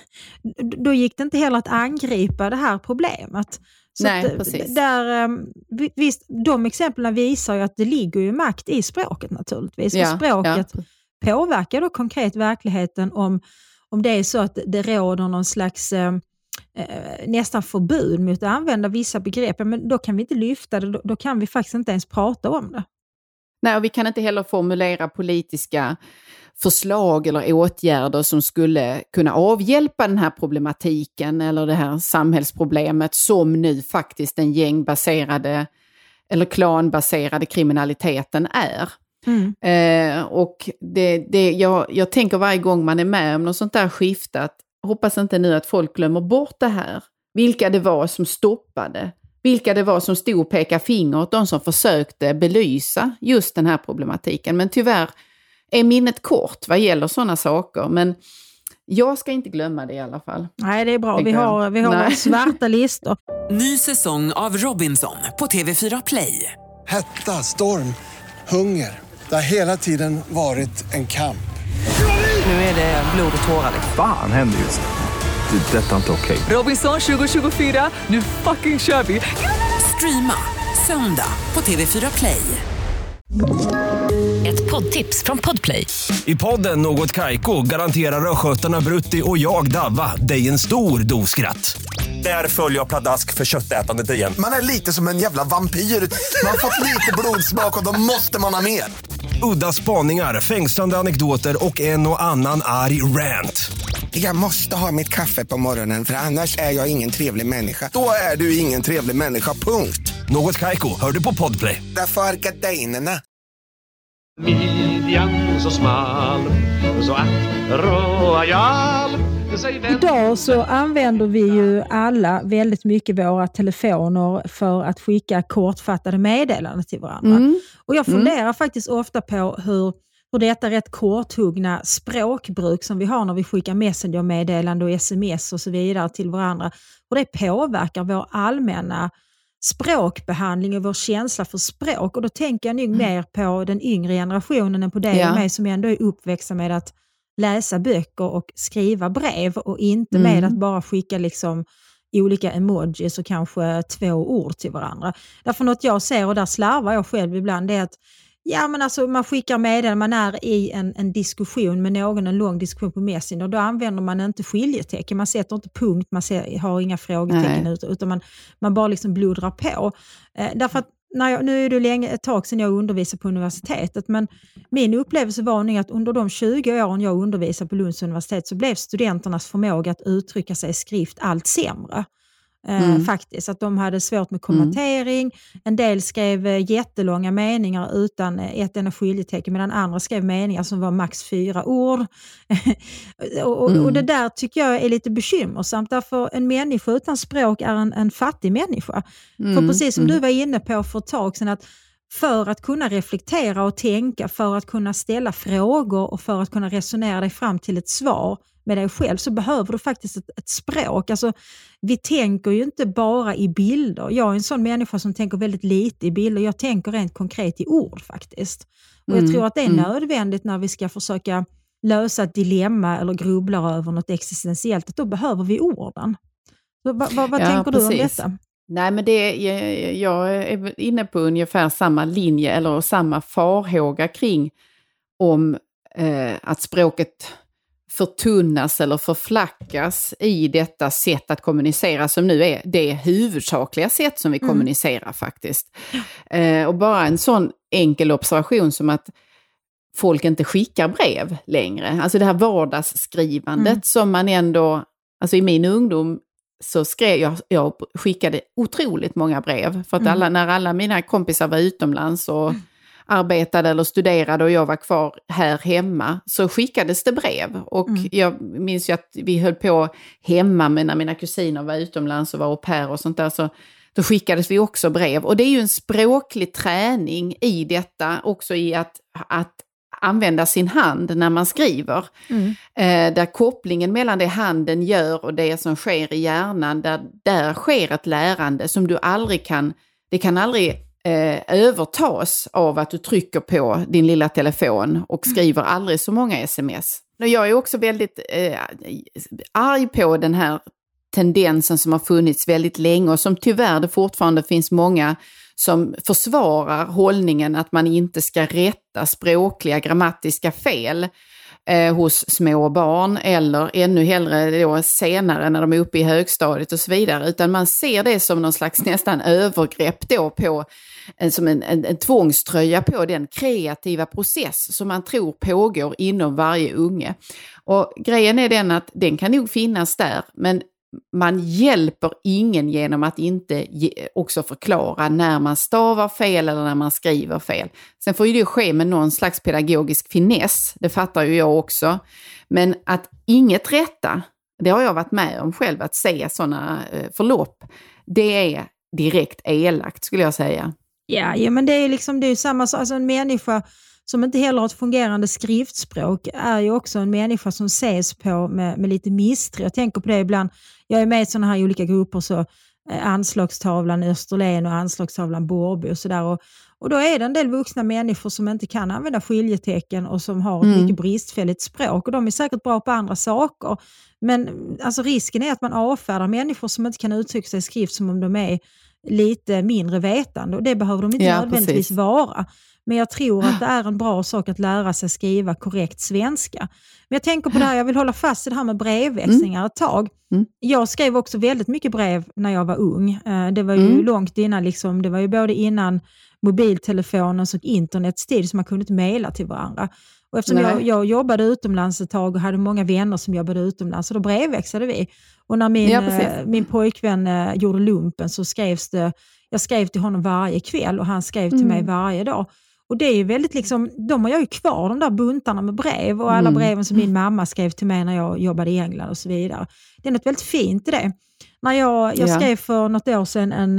Speaker 6: då gick det inte heller att angripa det här problemet. Så
Speaker 5: Nej,
Speaker 6: att,
Speaker 5: precis.
Speaker 6: Där, visst, de exemplen visar ju att det ligger ju makt i språket naturligtvis. Ja, och språket ja. påverkar då konkret verkligheten om, om det är så att det råder någon slags eh, nästan förbud mot att använda vissa begrepp. Men då kan vi inte lyfta det, då, då kan vi faktiskt inte ens prata om det.
Speaker 5: Nej, och vi kan inte heller formulera politiska förslag eller åtgärder som skulle kunna avhjälpa den här problematiken eller det här samhällsproblemet som nu faktiskt den gängbaserade eller klanbaserade kriminaliteten är. Mm. Eh, och det, det, jag, jag tänker varje gång man är med om något sånt där skifte att hoppas inte nu att folk glömmer bort det här. Vilka det var som stoppade. Vilka det var som stod och pekade finger åt de som försökte belysa just den här problematiken. Men tyvärr är minnet kort vad gäller sådana saker. Men jag ska inte glömma det i alla fall.
Speaker 6: Nej, det är bra. Vi har, vi har svarta listor.
Speaker 1: Ny säsong av Robinson på T V fyra Play.
Speaker 2: Hetta, storm, hunger. Det har hela tiden varit en kamp.
Speaker 1: Nu är det blod och tårar.
Speaker 3: Fan händer just det. Det är detta inte okej.
Speaker 1: Okay. Robinson tjugo tjugofyra, nu fucking kör vi. Streama söndag på T V fyra Play.
Speaker 7: Ett poddtips från Podplay.
Speaker 8: I podden Något Kaiko garanterar röskötarna Brutti och jag Davva dig en stor dos skratt. Där följer jag pladask för köttätandet igen.
Speaker 9: Man är lite som en jävla vampyr. Man har fått lite blodsmak och då måste man ha mer.
Speaker 8: Udda spaningar, fängslande anekdoter och en och annan arg rant.
Speaker 9: Jag måste ha mitt kaffe på morgonen för annars är jag ingen trevlig människa. Då är du ingen trevlig människa, punkt.
Speaker 8: Något Kaiko, hör du på Podplay.
Speaker 9: Därför är gardinerna.
Speaker 4: Midjan så smal, så att royal.
Speaker 6: Idag så använder vi ju alla väldigt mycket våra telefoner för att skicka kortfattade meddelanden till varandra. Mm. Och jag funderar mm. faktiskt ofta på hur, hur detta rätt korthuggna språkbruk som vi har när vi skickar messengermeddelanden och sms och så vidare till varandra, och det påverkar vår allmänna språkbehandling och vår känsla för språk. Och då tänker jag nog mm. mer på den yngre generationen än på dig ja. och mig som ändå är uppväxta med att läsa böcker och skriva brev och inte mm. med att bara skicka liksom olika emojis och kanske två ord till varandra. Därför något jag ser, och där slarvar jag själv ibland, det är att ja, men alltså, man skickar meddelanden, man är i en, en diskussion med någon, en lång diskussion på Messenger, och då använder man inte skiljetecken, man sätter inte punkt, man ser, har inga frågetecken ut, utan man, man bara liksom blodrar på. Eh, därför att när jag, nu är det länge, ett tag sedan jag undervisade på universitetet, men min upplevelse var nog att under de tjugo åren jag undervisade på Lunds universitet så blev studenternas förmåga att uttrycka sig i skrift allt sämre. Mm. Eh, faktiskt, att de hade svårt med kommentering, mm. en del skrev jättelånga meningar utan ett enda skiljetecken, medan andra skrev meningar som var max fyra ord. och, mm. och det där tycker jag är lite bekymmersamt, därför en människa utan språk är en, en fattig människa. Mm. För precis som mm. du var inne på för ett tag sedan, att för att kunna reflektera och tänka, för att kunna ställa frågor och för att kunna resonera dig fram till ett svar med dig själv, så behöver du faktiskt ett, ett språk. Alltså, vi tänker ju inte bara i bilder. Jag är en sån människa som tänker väldigt lite i bilder. Jag tänker rent konkret i ord faktiskt. Och mm. jag tror att det är mm. nödvändigt när vi ska försöka lösa ett dilemma eller grubbla över något existentiellt, att då behöver vi orden. Så, vad vad, vad ja, tänker precis. du om detta?
Speaker 5: Nej, men det, jag, jag är inne på ungefär samma linje eller samma farhåga kring om eh, att språket förtunnas eller förflackas i detta sätt att kommunicera som nu är det huvudsakliga sätt som vi mm. kommunicerar faktiskt. Eh, och bara en sån enkel observation som att folk inte skickar brev längre. Alltså det här vardagsskrivandet mm. som man ändå, alltså i min ungdom så skrev jag, jag skickade otroligt många brev. För att alla, mm. när alla mina kompisar var utomlands och mm. arbetade eller studerade och jag var kvar här hemma, så skickades det brev. Och mm. jag minns ju att vi höll på hemma, men när mina kusiner var utomlands och var au pair och sånt där, så då skickades vi också brev. Och det är ju en språklig träning i detta, också i att, att använda sin hand när man skriver. Mm. Eh, där kopplingen mellan det handen gör och det som sker i hjärnan, där, där sker ett lärande som du aldrig kan, det kan aldrig eh, övertas av att du trycker på din lilla telefon och skriver mm. aldrig så många sms. Och jag är också väldigt eh, arg på den här tendensen som har funnits väldigt länge och som tyvärr det fortfarande finns många som försvarar hållningen att man inte ska rätta språkliga, grammatiska fel eh, hos små barn, eller ännu hellre då senare när de är uppe i högstadiet och så vidare, utan man ser det som någon slags nästan övergrepp då på, eh, som en, en, en tvångströja på den kreativa process som man tror pågår inom varje unge. Och grejen är den att den kan nog finnas där, men man hjälper ingen genom att inte ge, också förklara när man stavar fel eller när man skriver fel. Sen får ju det ske med någon slags pedagogisk finess, det fattar ju jag också. Men att inget rätta, det har jag varit med om själv, att se sådana förlopp, det är direkt elakt skulle jag säga.
Speaker 6: Ja, ja men det är ju liksom, det är ju samma, alltså en människa som inte heller har ett fungerande skriftspråk är ju också en människa som ses på med, med lite misstro. Jag tänker på det ibland, jag är med i sådana här olika grupper, så eh, anslagstavlan Österlen och anslagstavlan Borby och sådär. Och, och då är det en del vuxna människor som inte kan använda skiljetecken och som har ett mm. mycket bristfälligt språk. Och de är säkert bra på andra saker. Men alltså risken är att man avfärdar människor som inte kan uttrycka sig i skrift som om de är lite mindre vetande. Och det behöver de inte
Speaker 5: Ja,
Speaker 6: nödvändigtvis
Speaker 5: precis.
Speaker 6: vara. Men jag tror att det är en bra sak att lära sig skriva korrekt svenska. Men jag tänker på det här, jag vill hålla fast i det här med brevväxlingar ett tag.
Speaker 5: Mm.
Speaker 6: Jag skrev också väldigt mycket brev när jag var ung. Det var ju
Speaker 5: Mm.
Speaker 6: långt innan, liksom, det var ju både innan mobiltelefonens och internets tid som man kunde inte mejla till varandra. Och eftersom jag, jag jobbade utomlands ett tag och hade många vänner som jobbade utomlands, så då brevväxlade vi. Och när min,
Speaker 5: Ja,
Speaker 6: eh, min pojkvän eh, gjorde lumpen så skrevs det, jag skrev till honom varje kväll och han skrev till
Speaker 5: Mm.
Speaker 6: mig varje dag. Och det är ju väldigt liksom, de har jag ju kvar, de där buntarna med brev och alla
Speaker 5: Mm.
Speaker 6: breven som min mamma skrev till mig när jag jobbade i England och så vidare. Det är något väldigt fint i det. När jag, jag
Speaker 5: Ja.
Speaker 6: skrev för något år sedan en,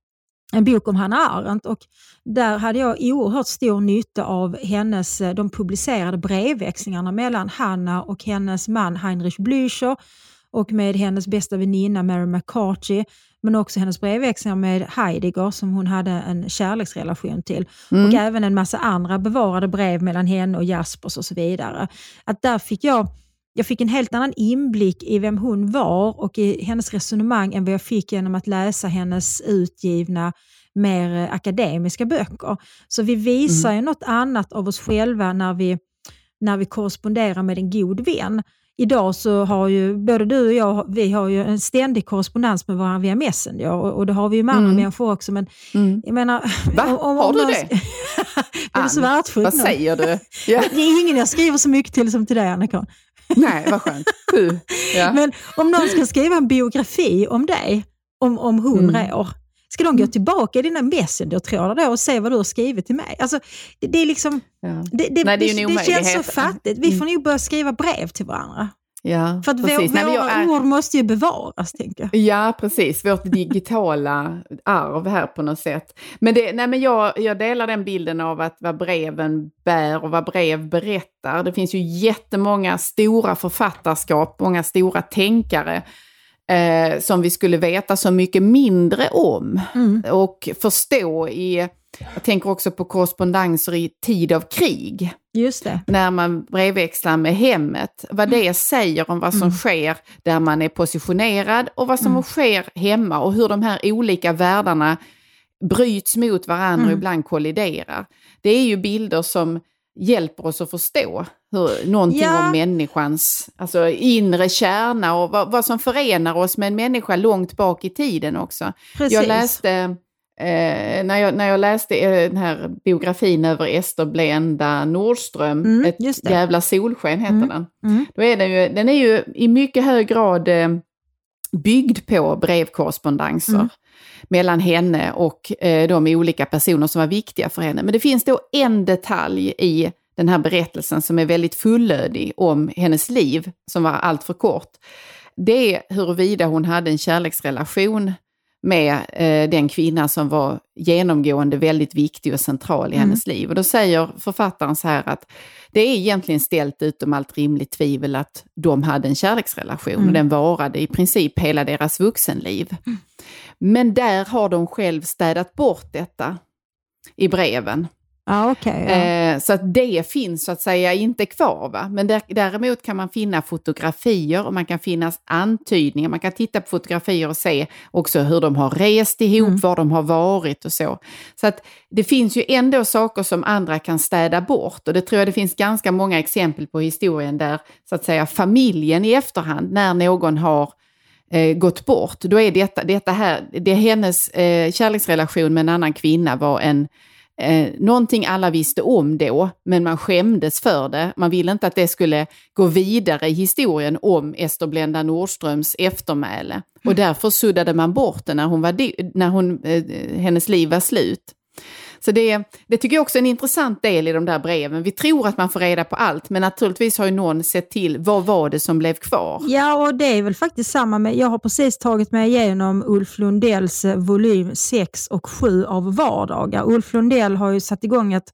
Speaker 6: en bok om Hannah Arendt och där hade jag oerhört stor nytta av hennes, de publicerade brevväxlingarna mellan Hannah och hennes man Heinrich Blücher och med hennes bästa väninna Mary McCarthy, men också hennes brevväxlingar med Heidegger som hon hade en kärleksrelation till.
Speaker 5: Mm.
Speaker 6: Och även en massa andra bevarade brev mellan henne och Jaspers och så vidare. Att där fick jag, jag fick en helt annan inblick i vem hon var och i hennes resonemang än vad jag fick genom att läsa hennes utgivna mer akademiska böcker. Så vi visar
Speaker 5: Mm.
Speaker 6: ju något annat av oss själva när vi, när vi korresponderar med en god vän. Idag så har ju både du och jag, vi har ju en ständig korrespondens med varandra via Messenger och, och det har vi ju med andra
Speaker 5: Mm.
Speaker 6: människor också. Men
Speaker 5: Mm.
Speaker 6: jag menar...
Speaker 5: Va?
Speaker 6: Om, om,
Speaker 5: har du
Speaker 6: någon-
Speaker 5: det?
Speaker 6: det är så
Speaker 5: Ann,
Speaker 6: världsfullt
Speaker 5: vad
Speaker 6: nu.
Speaker 5: säger du? Ja.
Speaker 6: Det är ingen jag skriver så mycket till som till dig, Annika.
Speaker 5: Nej, vad skönt. Sju. Ja.
Speaker 6: Men om någon ska skriva en biografi om dig om, om hundra
Speaker 5: Mm.
Speaker 6: år, ska de gå tillbaka i dina Messenger-trådar då och se vad du har skrivit till mig? Alltså, det, det är liksom...
Speaker 5: Ja.
Speaker 6: Det, det,
Speaker 5: Nej, det är ju en
Speaker 6: det, det känns så
Speaker 5: omöjlighet.
Speaker 6: fattigt. Vi får nog börja skriva brev till varandra.
Speaker 5: Ja,
Speaker 6: För att vår,
Speaker 5: precis. Nej, men jag
Speaker 6: våra
Speaker 5: är-
Speaker 6: ord måste ju bevaras, tänker jag.
Speaker 5: Ja, precis. Vårt digitala arv här på något sätt. Men, det, nej, men jag, jag delar den bilden av att vad breven bär och vad brev berättar. Det finns ju jättemånga stora författarskap, många stora tänkare eh, som vi skulle veta så mycket mindre om.
Speaker 6: Mm.
Speaker 5: Och förstå i, jag tänker också på korrespondenser i tid av krig.
Speaker 6: Just det.
Speaker 5: När man brevväxlar med hemmet, vad det säger om vad som
Speaker 6: Mm.
Speaker 5: sker där man är positionerad och vad som
Speaker 6: Mm.
Speaker 5: sker hemma och hur de här olika världarna bryts mot varandra och
Speaker 6: Mm.
Speaker 5: ibland kolliderar. Det är ju bilder som hjälper oss att förstå hur, någonting
Speaker 6: Ja.
Speaker 5: om människans alltså inre kärna och vad, vad som förenar oss med en människa långt bak i tiden också.
Speaker 6: Precis.
Speaker 5: Jag läste... Eh, när, jag, när jag läste eh, den här biografin över Ester Blenda Nordström,
Speaker 6: Mm,
Speaker 5: Ett
Speaker 6: just det.
Speaker 5: jävla solsken heter
Speaker 6: Mm.
Speaker 5: den.
Speaker 6: Mm.
Speaker 5: Då är den, ju, den är ju i mycket hög grad eh, byggd på brevkorrespondenser
Speaker 6: Mm.
Speaker 5: mellan henne och eh, de olika personer som var viktiga för henne. Men det finns då en detalj i den här berättelsen som är väldigt fullödig om hennes liv, som var allt för kort. Det är huruvida hon hade en kärleksrelation med eh, den kvinna som var genomgående väldigt viktig och central i
Speaker 6: Mm.
Speaker 5: hennes liv. Och då säger författaren så här att det är egentligen ställt utom allt rimligt tvivel att de hade en kärleksrelation
Speaker 6: Mm.
Speaker 5: och den varade i princip hela deras vuxenliv.
Speaker 6: Mm.
Speaker 5: Men där har de själv städat bort detta i breven.
Speaker 6: Ja, okej. ja.
Speaker 5: Eh, så att det finns så att säga inte kvar. Va? Men där, däremot kan man finna fotografier och man kan finna antydningar. Man kan titta på fotografier och se också hur de har rest ihop,
Speaker 6: Mm.
Speaker 5: var de har varit och så. Så att det finns ju ändå saker som andra kan städa bort. Och det tror jag det finns ganska många exempel på historien där så att säga familjen i efterhand, när någon har eh, gått bort, då är detta, detta här, det är hennes eh, kärleksrelation med en annan kvinna var en Eh, någonting alla visste om då, men man skämdes för det. Man ville inte att det skulle gå vidare i historien om Ester Blenda Nordströms eftermäle. Mm. Och därför suddade man bort det när, hon var de- när hon, eh, hennes liv var slut. Så det, det tycker jag också är en intressant del i de där breven. Vi tror att man får reda på allt, men naturligtvis har ju någon sett till vad var det som blev kvar.
Speaker 6: Ja, och det är väl faktiskt samma med, jag har precis tagit mig igenom Ulf Lundells eh, volym sex och sju av vardagar. Ulf Lundell har ju satt igång ett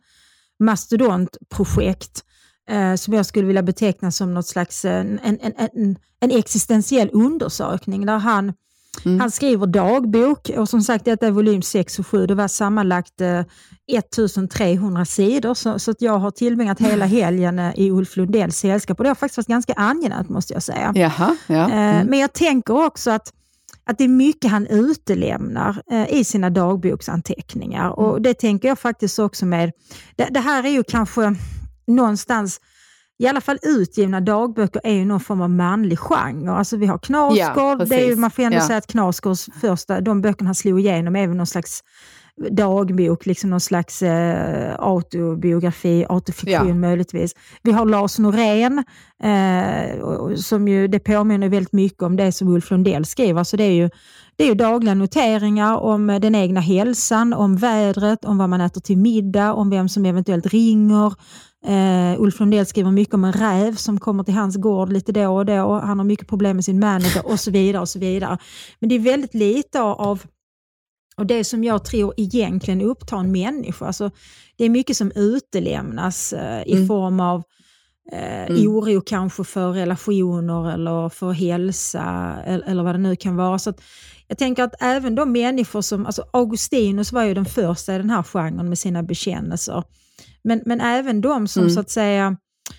Speaker 6: mastodontprojekt eh, som jag skulle vilja beteckna som något slags eh, en, en, en, en existentiell undersökning där han Mm. Han skriver dagbok och som sagt detta är volym sex och sju. Det var sammanlagt eh, ettusentrehundra sidor så, så att jag har tillbringat hela helgen eh, i Ulf Lundells sällskap och det har faktiskt varit ganska angenämt måste jag säga.
Speaker 5: Jaha, ja.
Speaker 6: Eh,
Speaker 5: Mm.
Speaker 6: men jag tänker också att att det är mycket han utelämnar eh, i sina dagboksanteckningar. Mm. Och det tänker jag faktiskt också med. Det, det här är ju kanske någonstans, i alla fall utgivna dagböcker är ju någon form av manlig genre. Alltså vi har Knausgård, ja, det är ju, man får ändå ja. säga att Knausgårds första, de böckerna han slog igenom även någon slags dagbok, liksom någon slags eh, autobiografi, autofiktion ja. möjligtvis. Vi har Lars Norén eh, som ju, det påminner väldigt mycket om det som Ulf Lundell skriver. Så det är ju, det är ju dagliga noteringar om den egna hälsan, om vädret, om vad man äter till middag, om vem som eventuellt ringer. Uh, Ulf Lundell skriver mycket om en räv som kommer till hans gård lite då och då. Han har mycket problem med sin manager och så vidare och så vidare. Men det är väldigt lite av och det som jag tror egentligen upptar en människa. Alltså, det är mycket som utelämnas uh, i mm. form av uh, mm. oro kanske för relationer eller för hälsa eller, eller vad det nu kan vara. Så att jag tänker att även de människor som, alltså Augustinus var ju den första i den här genren med sina bekännelser. Men, men även de som mm. så att säga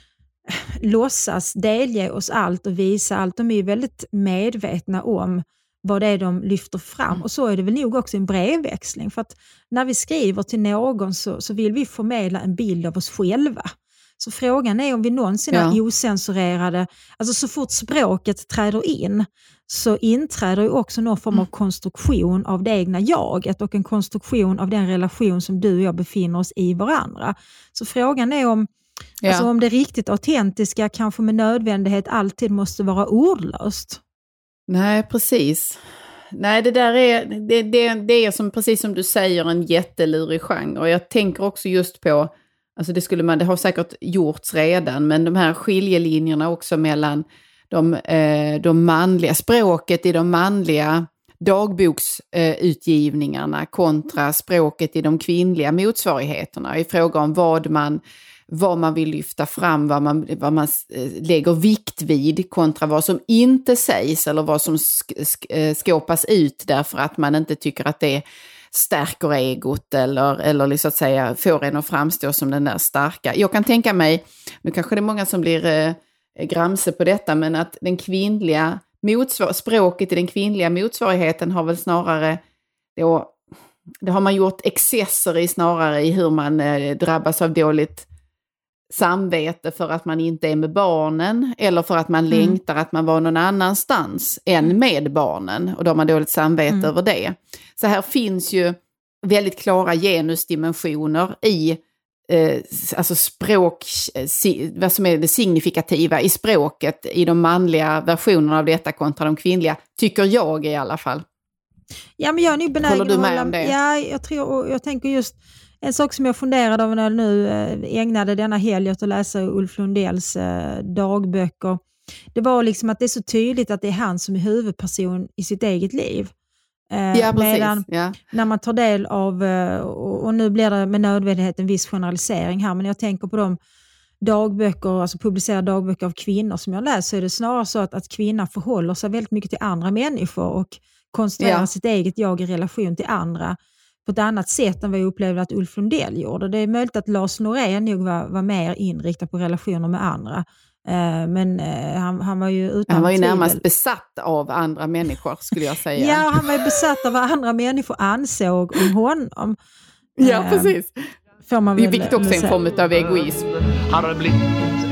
Speaker 6: låtsas delge oss allt och visa allt, de är ju väldigt medvetna om vad det är de lyfter fram. Mm. Och så är det väl nog också en brevväxling. För att när vi skriver till någon så, så vill vi förmedla en bild av oss själva. Så frågan är om vi någonsin är ja. osensurerade. Alltså så fort språket träder in så inträder ju också någon form av konstruktion av det egna jaget och en konstruktion av den relation som du och jag befinner oss i varandra. Så frågan är om, ja. alltså om det riktigt autentiska kanske med nödvändighet alltid måste vara ordlöst.
Speaker 5: Nej, precis. Nej, det där är, det, det, det är som, precis som du säger, en jättelurig genre. Och jag tänker också just på, alltså det skulle man, det har säkert gjorts redan, men de här skiljelinjerna också mellan de, eh, de manliga, språket i de manliga dagboksutgivningarna eh, kontra språket i de kvinnliga motsvarigheterna i fråga om vad man, vad man vill lyfta fram, vad man, vad man eh, lägger vikt vid kontra vad som inte sägs eller vad som sk- sk- skåpas ut därför att man inte tycker att det stärker egot eller, eller så att säga får en att framstå som den där starka. Jag kan tänka mig, nu kanske det är många som blir eh, gramse på detta, men att den kvinnliga motsvar- språket i den kvinnliga motsvarigheten har väl snarare då, det har man gjort excesser i snarare i hur man eh, drabbas av dåligt samvete för att man inte är med barnen eller för att man mm. längtar att man var någon annanstans än med barnen och då har man dåligt samvete mm. över det. Så här finns ju väldigt klara genusdimensioner i eh, alltså språk, si, vad som är det signifikativa i språket i de manliga versionerna av detta kontra de kvinnliga, tycker jag i alla fall.
Speaker 6: Ja, men jag är nu benägen
Speaker 5: Håller du med om det?
Speaker 6: Ja, jag tror, jag tänker just en sak som jag funderade över när jag nu ägnade denna helg att läsa Ulf Lundells dagböcker. Det var liksom att det är så tydligt att det är han som är huvudperson i sitt eget liv.
Speaker 5: Ja,
Speaker 6: Medan
Speaker 5: precis. Ja.
Speaker 6: När man tar del av, och nu blir det med nödvändighet en viss generalisering här, men jag tänker på de dagböcker, alltså publicerade dagböcker av kvinnor som jag läser, så är det snarare så att, att kvinnan förhåller sig väldigt mycket till andra människor och konstruerar ja. sitt eget jag i relation till andra på ett annat sätt än vad jag upplevde att Ulf Lundell gjorde. Det är möjligt att Lars Norén nog var, var mer inriktad på relationer med andra. Uh, men uh, han, han var ju utan
Speaker 5: Han var ju
Speaker 6: tvivel.
Speaker 5: närmast besatt av andra människor skulle jag säga.
Speaker 6: Ja, han var ju besatt av vad andra människor ansåg om honom.
Speaker 5: Ja,
Speaker 6: uh,
Speaker 5: precis.
Speaker 6: Får man
Speaker 5: det är
Speaker 6: väl,
Speaker 5: vilket också en form av egoism.
Speaker 4: Har blivit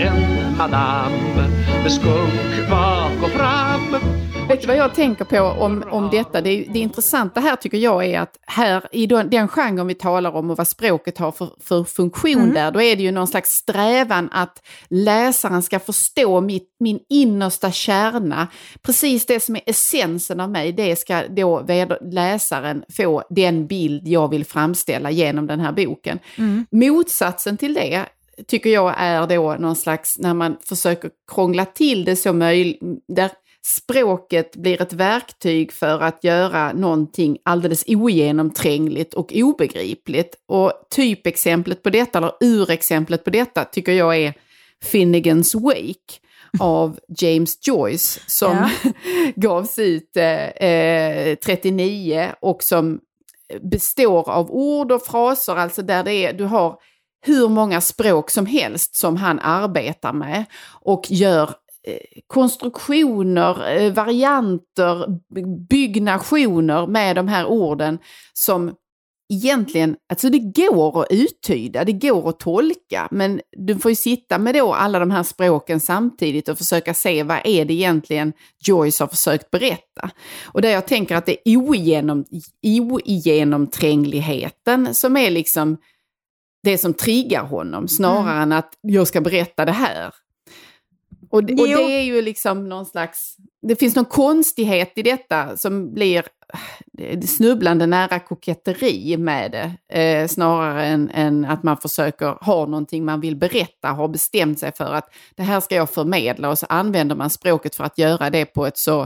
Speaker 4: en madame med skunk bak och fram.
Speaker 5: Vet du vad jag tänker på om, om detta? Det, det intressanta här tycker jag är att här i den, den genren vi talar om och vad språket har för, för funktion mm. där, då är det ju någon slags strävan att läsaren ska förstå mitt, min innersta kärna. Precis det som är essensen av mig, det ska då läsaren få den bild jag vill framställa genom den här boken. Mm. Motsatsen till det tycker jag är då någon slags, när man försöker krångla till det så möjligt, där språket blir ett verktyg för att göra någonting alldeles ogenomträngligt och obegripligt. Och typexemplet på detta, eller urexemplet på detta, tycker jag är Finnegans Wake av James Joyce som ja. gavs ut eh, trettionio och som består av ord och fraser, alltså där det är, du har hur många språk som helst som han arbetar med och gör konstruktioner, eh, varianter, byggnationer med de här orden som egentligen, alltså det går att uttyda, det går att tolka, men du får ju sitta med då alla de här språken samtidigt och försöka se vad är det egentligen Joyce har försökt berätta. Och där jag tänker att det är ogenom, ogenomträngligheten som är liksom det som triggar honom, snarare mm. än att jag ska berätta det här. Och, och det är ju liksom någon slags, det finns någon konstighet i detta som blir snubblande nära koketteri med det, eh, snarare än, än att man försöker ha någonting man vill berätta, har bestämt sig för att det här ska jag förmedla, och så använder man språket för att göra det på ett så,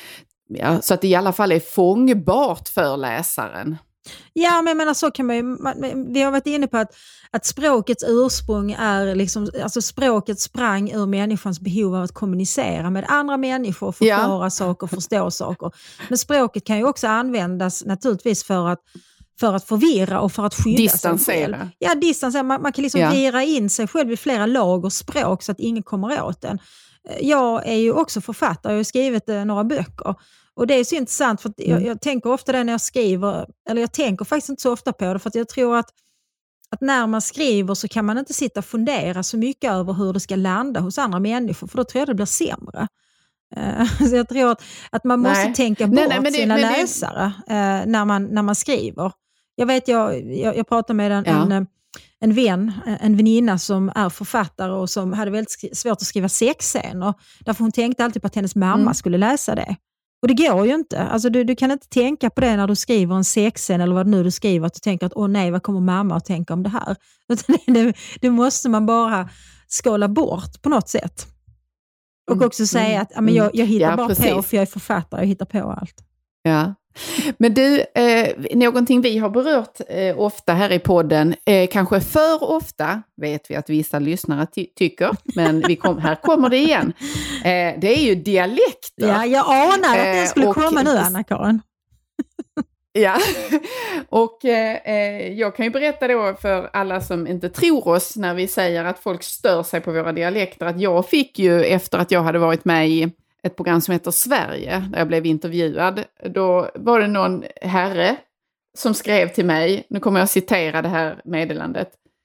Speaker 5: ja, så att det i alla fall är fångbart för läsaren.
Speaker 6: Ja, men jag menar, så kan man ju, vi har varit inne på att, att språkets ursprung är liksom, alltså språket sprang ur människans behov av att kommunicera med andra människor, förklara ja. saker, förstå saker. Men språket kan ju också användas naturligtvis för att, för att förvirra och för att skydda
Speaker 5: distansera.
Speaker 6: sig själv. Ja, distansera. Man, man kan liksom ja. vira in sig själv i flera lager språk så att ingen kommer åt den. Jag är ju också författare, jag har skrivit eh, några böcker. Och det är så intressant, för att jag, jag tänker ofta det när jag skriver, eller jag tänker faktiskt inte så ofta på det, för att jag tror att, att när man skriver så kan man inte sitta och fundera så mycket över hur det ska landa hos andra människor, för då tror jag det blir sämre. Uh, så jag tror att, att man måste nej. tänka bort nej, nej, men det, sina men läsare uh, när, man, när man skriver. Jag vet, jag, jag, jag pratade med en, ja. en, en vän, en väninna som är författare och som hade väldigt svårt att skriva sexscener, därför hon tänkte alltid på att hennes mamma mm. skulle läsa det. Och det går ju inte. Alltså du, du kan inte tänka på det när du skriver en sexscen eller vad nu du skriver, att du tänker att åh nej, vad kommer mamma att tänka om det här? Utan det, det måste man bara skala bort på något sätt. Och mm. också säga mm. att ja, men jag, jag hittar ja, bara precis. på, för jag är författare, jag hittar på allt.
Speaker 5: Ja. Men du, eh, någonting vi har berört eh, ofta här i podden, eh, kanske för ofta, vet vi att vissa lyssnare ty- tycker, men vi kom, här kommer det igen. Eh, det är ju dialekter.
Speaker 6: Ja, jag anar att det skulle eh, och, komma nu, Anna-Karin.
Speaker 5: Ja, och eh, jag kan ju berätta då för alla som inte tror oss när vi säger att folk stör sig på våra dialekter, att jag fick ju efter att jag hade varit med i ett program som heter Sverige, där jag blev intervjuad. Då var det någon herre som skrev till mig, nu kommer jag att citera det här meddelandet.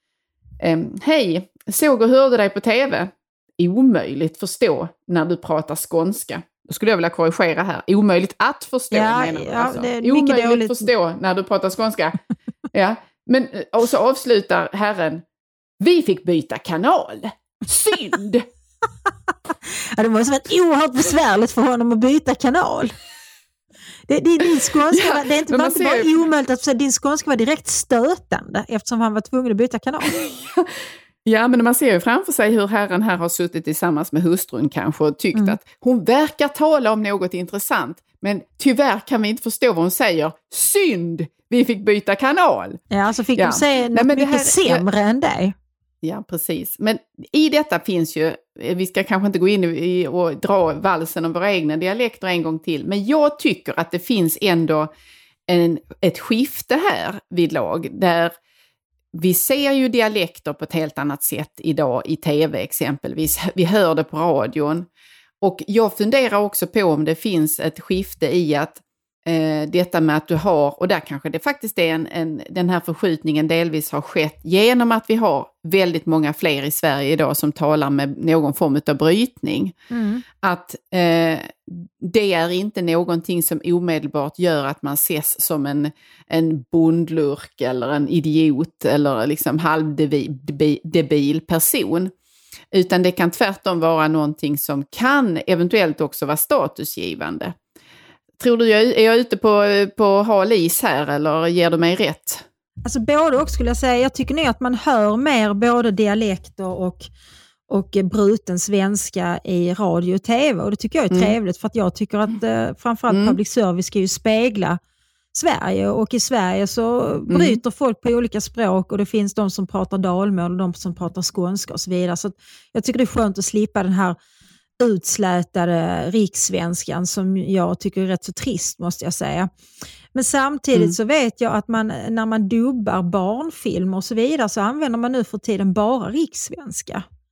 Speaker 5: Ehm, Hej, såg och hörde dig på tv. Omöjligt förstå när du pratar skånska. Då skulle jag vilja korrigera här. Omöjligt att förstå,
Speaker 6: ja,
Speaker 5: menar du
Speaker 6: ja,
Speaker 5: alltså.
Speaker 6: Det är
Speaker 5: omöjligt
Speaker 6: dåligt.
Speaker 5: förstå när du pratar skånska. Ja, men, och så avslutar herren. Vi fick byta kanal. Synd!
Speaker 6: Ja, det måste varit oerhört besvärligt för honom att byta kanal. Det, det, din skånska, ja, det är inte bara, inte bara ju... omöjligt att säga, din skånska var direkt stötande eftersom han var tvungen att byta kanal.
Speaker 5: Ja, men man ser ju framför sig hur herren här har suttit tillsammans med hustrun kanske och tyckt mm. att hon verkar tala om något intressant, men tyvärr kan vi inte förstå vad hon säger. Synd! Vi fick byta kanal.
Speaker 6: Ja, så fick ja. de säga något Nej, mycket här, sämre jag... än dig.
Speaker 5: Ja, precis. Men i detta finns ju, vi ska kanske inte gå in i och dra valsen om våra egna dialekter en gång till, men jag tycker att det finns ändå en, ett skifte här vid lag, där vi ser ju dialekter på ett helt annat sätt idag i tv exempelvis. Vi hör det på radion. Och jag funderar också på om det finns ett skifte i att eh, detta med att du har, och där kanske det faktiskt är en, en, den här förskjutningen delvis har skett genom att vi har väldigt många fler i Sverige idag som talar med någon form av brytning. Mm. Att eh, det är inte någonting som omedelbart gör att man ses som en, en bondlurk eller en idiot eller liksom halvdebil person. Utan det kan tvärtom vara någonting som kan eventuellt också vara statusgivande. Tror du jag är jag ute på, på hal is här, eller ger du mig rätt?
Speaker 6: Alltså både och skulle jag säga. Jag tycker nog att man hör mer både dialekter och, och bruten svenska i radio och tv. Och det tycker jag är trevligt, mm. för att jag tycker att eh, framförallt mm. public service ska ju spegla Sverige. Och i Sverige så bryter mm. folk på olika språk, och det finns de som pratar dalmål och de som pratar skånska och så vidare. Så jag tycker det är skönt att slippa den här utslätade rikssvenskan som jag tycker är rätt så trist, måste jag säga. Men samtidigt mm. så vet jag att man, när man dubbar barnfilmer och så vidare, så använder man nu för tiden bara rikssvenska.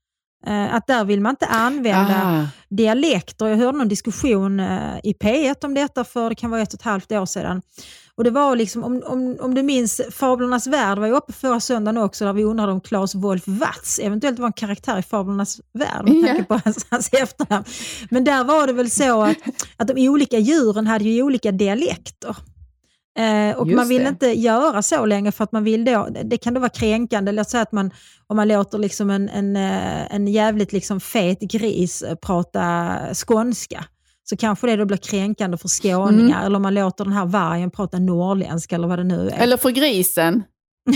Speaker 6: Eh, att där vill man inte använda
Speaker 5: Ah.
Speaker 6: dialekter. Jag hörde någon diskussion eh, i P ett om detta för det kan vara ett och ett halvt år sedan. Och det var liksom, om, om, om du minns Fablernas värld var ju uppe förra söndagen också där vi undrade om Claes Wolf Watz eventuellt var en karaktär i Fablernas värld med tanke på hans, hans efternamn. Men där var det väl så att, att de olika djuren hade ju olika dialekter. Eh, och
Speaker 5: Just
Speaker 6: man vill
Speaker 5: det.
Speaker 6: inte göra så länge för att man vill då, det kan då vara kränkande, låt säga att man, om man låter liksom en, en, en jävligt liksom fet gris prata skånska, så kanske det då blir kränkande för skåningar, mm. eller om man låter den här vargen prata norrländska eller vad det nu är.
Speaker 5: Eller för grisen.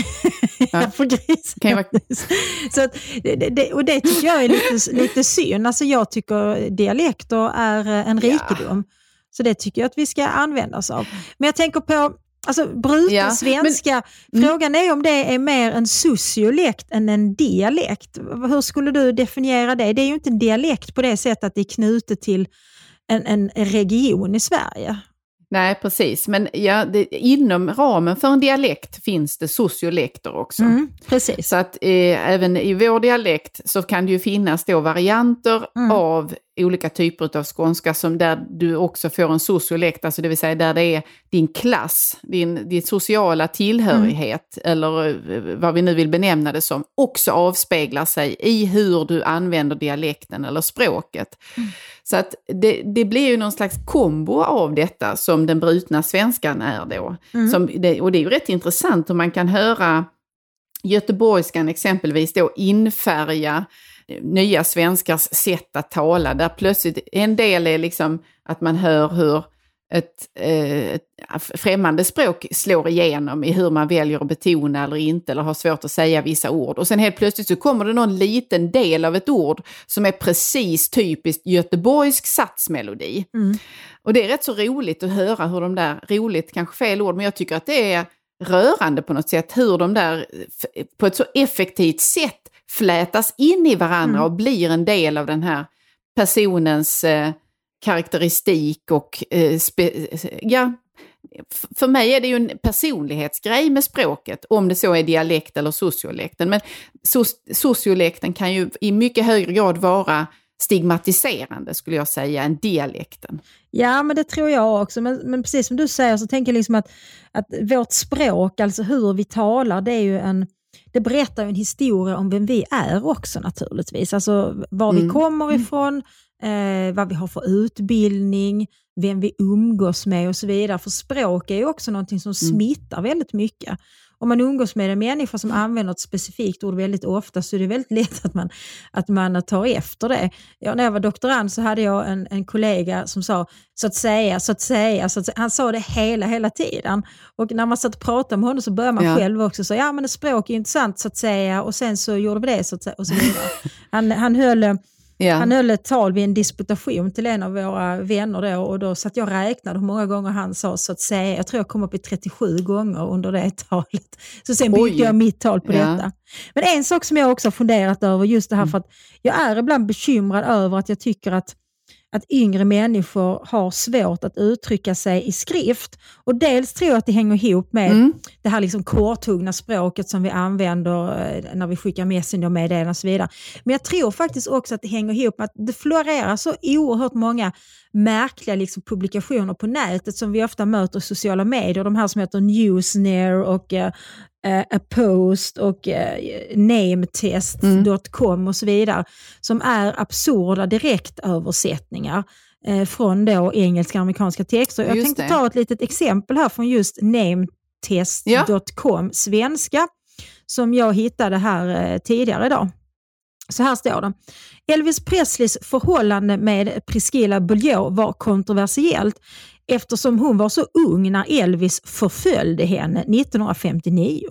Speaker 6: Ja. För grisen.
Speaker 5: Kan jag vara...
Speaker 6: Så att, det, det, och det tycker jag är lite, lite synd. Alltså jag tycker dialekter är en rikedom. Ja. Så det tycker jag att vi ska använda oss av. Men jag tänker på alltså, bruten
Speaker 5: ja,
Speaker 6: svenska.
Speaker 5: Men,
Speaker 6: Frågan är om det är mer en sociolekt än en dialekt. Hur skulle du definiera det? Det är ju inte en dialekt på det sättet att det är knutet till en, en region i Sverige.
Speaker 5: Nej, precis. Men ja, det, inom ramen för en dialekt finns det sociolekter också.
Speaker 6: Mm, precis.
Speaker 5: Så att eh, även i vår dialekt så kan det ju finnas då varianter mm. av olika typer av skånska som där du också får en sociolekt, alltså det vill säga där det är din klass, din, din sociala tillhörighet mm. eller vad vi nu vill benämna det som, också avspeglar sig i hur du använder dialekten eller språket. Mm. Så att det, det blir ju någon slags kombo av detta som den brutna svenskan är då. Mm. Som det, och det är ju rätt intressant hur man kan höra göteborgskan exempelvis då infärga nya svenskars sätt att tala. Där plötsligt en del är liksom att man hör hur ett, eh, ett främmande språk slår igenom i hur man väljer att betona eller inte, eller har svårt att säga vissa ord. Och sen helt plötsligt så kommer det någon liten del av ett ord som är precis typiskt göteborgsk satsmelodi. Mm. Och det är rätt så roligt att höra hur de där, roligt kanske fel ord, men jag tycker att det är rörande på något sätt hur de där på ett så effektivt sätt flätas in i varandra mm. och blir en del av den här personens eh, karaktäristik och eh, spe- ja, f- för mig är det ju en personlighetsgrej med språket, om det så är dialekt eller sociolekten. Men so- sociolekten kan ju i mycket högre grad vara stigmatiserande, skulle jag säga, än dialekten.
Speaker 6: Ja, men det tror jag också. Men, men precis som du säger så tänker jag liksom att, att vårt språk, alltså hur vi talar, det är ju en det berättar ju en historia om vem vi är också naturligtvis. Alltså var vi mm. kommer ifrån, eh, vad vi har för utbildning, vem vi umgås med och så vidare. För språk är ju också någonting som mm. smittar väldigt mycket. Om man umgås med en människa som använder ett specifikt ord väldigt ofta så är det väldigt lätt att man, att man tar efter det. Ja, när jag var doktorand så hade jag en, en kollega som sa så att säga, så att säga, så att säga. Han sa det hela, hela tiden. Och när man satt och pratade med honom så började man ja. själv också säga, ja men det språk är intressant så att säga, och sen så gjorde vi det så att säga, och så vidare. Han, han höll... Ja. Han höll ett tal vid en disputation till en av våra vänner då, och då satt jag och räknade hur många gånger han sa så att säga. Jag tror jag kom upp i trettiosju gånger under det talet. Så sen byggde jag mitt tal på ja. detta. Men en sak som jag också har funderat över just det här, för att jag är ibland bekymrad över att jag tycker att att yngre människor har svårt att uttrycka sig i skrift. Och dels tror jag att det hänger ihop med mm. det här liksom korthuggna språket som vi använder när vi skickar messengermeddelanden och så vidare. Men jag tror faktiskt också att det hänger ihop med att det florerar så oerhört många märkliga liksom publikationer på nätet som vi ofta möter i sociala medier. De här som heter Newsner och uh, uh, A Post och uh, Nametest dot com mm. och så vidare, som är absurda direktöversättningar uh, från då engelska och amerikanska texter. Jag just tänkte det. ta ett litet exempel här från just Nametest dot com ja. svenska som jag hittade här uh, tidigare idag. Så här står det. Elvis Presleys förhållande med Priscilla Beaulieu var kontroversiellt eftersom hon var så ung när Elvis förföljde henne nittonhundrafemtionio.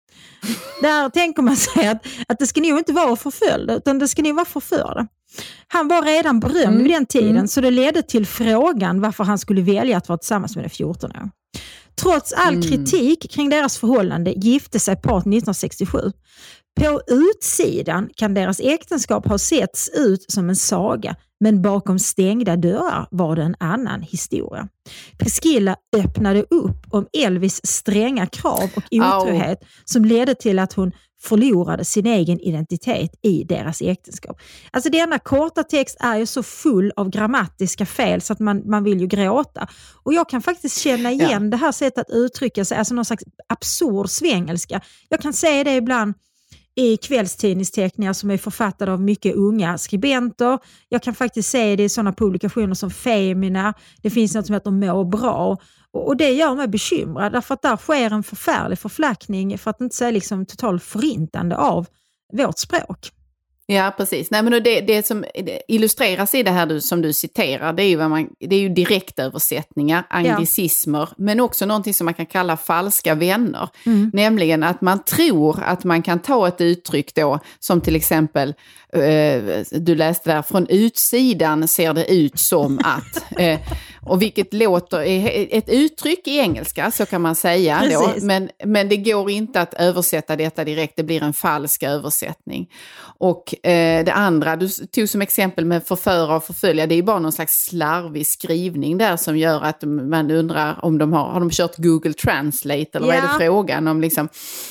Speaker 6: Där tänker man sig att, att det ska nog inte vara förföljda utan det ska nog vara förförda. Han var redan berömd mm. vid den tiden mm. så det ledde till frågan varför han skulle välja att vara tillsammans med en fjorton år. Trots all mm. kritik kring deras förhållande gifte sig paret nittonhundrasextiosju. På utsidan kan deras äktenskap ha setts ut som en saga, Men bakom stängda dörrar var det en annan historia. Priscilla öppnade upp om Elvis stränga krav och otrohet oh. som ledde till att hon förlorade sin egen identitet i deras äktenskap. Alltså denna korta text är ju så full av grammatiska fel så att man, man vill ju gråta. Och jag kan faktiskt känna igen ja. det här sättet att uttrycka sig, alltså någon slags absurd svengelska. Jag kan säga det ibland i kvällstidningsteckningar som är författade av mycket unga skribenter. Jag kan faktiskt säga det i sådana publikationer som Femina. Det finns något som heter Må bra. Och det gör mig bekymrad därför att där sker en förfärlig förflackning, för att inte säga liksom totalt förintande av vårt språk.
Speaker 5: Ja, precis. Nej, men det, det som illustreras i det här du, som du citerar, det är ju, vad man, det är ju direktöversättningar, anglicismer, ja. men också någonting som man kan kalla falska vänner. Mm. Nämligen att man tror att man kan ta ett uttryck då, som till exempel, eh, du läste där, från utsidan ser det ut som att... Eh, och vilket låter, ett uttryck i engelska, så kan man säga då, men, men det går inte att översätta detta direkt, det blir en falsk översättning. Och eh, det andra, du tog som exempel med förföra och förfölja, det är bara någon slags slarvig skrivning där som gör att man undrar om de har, har de kört Google Translate eller ja. vad är det frågan om liksom.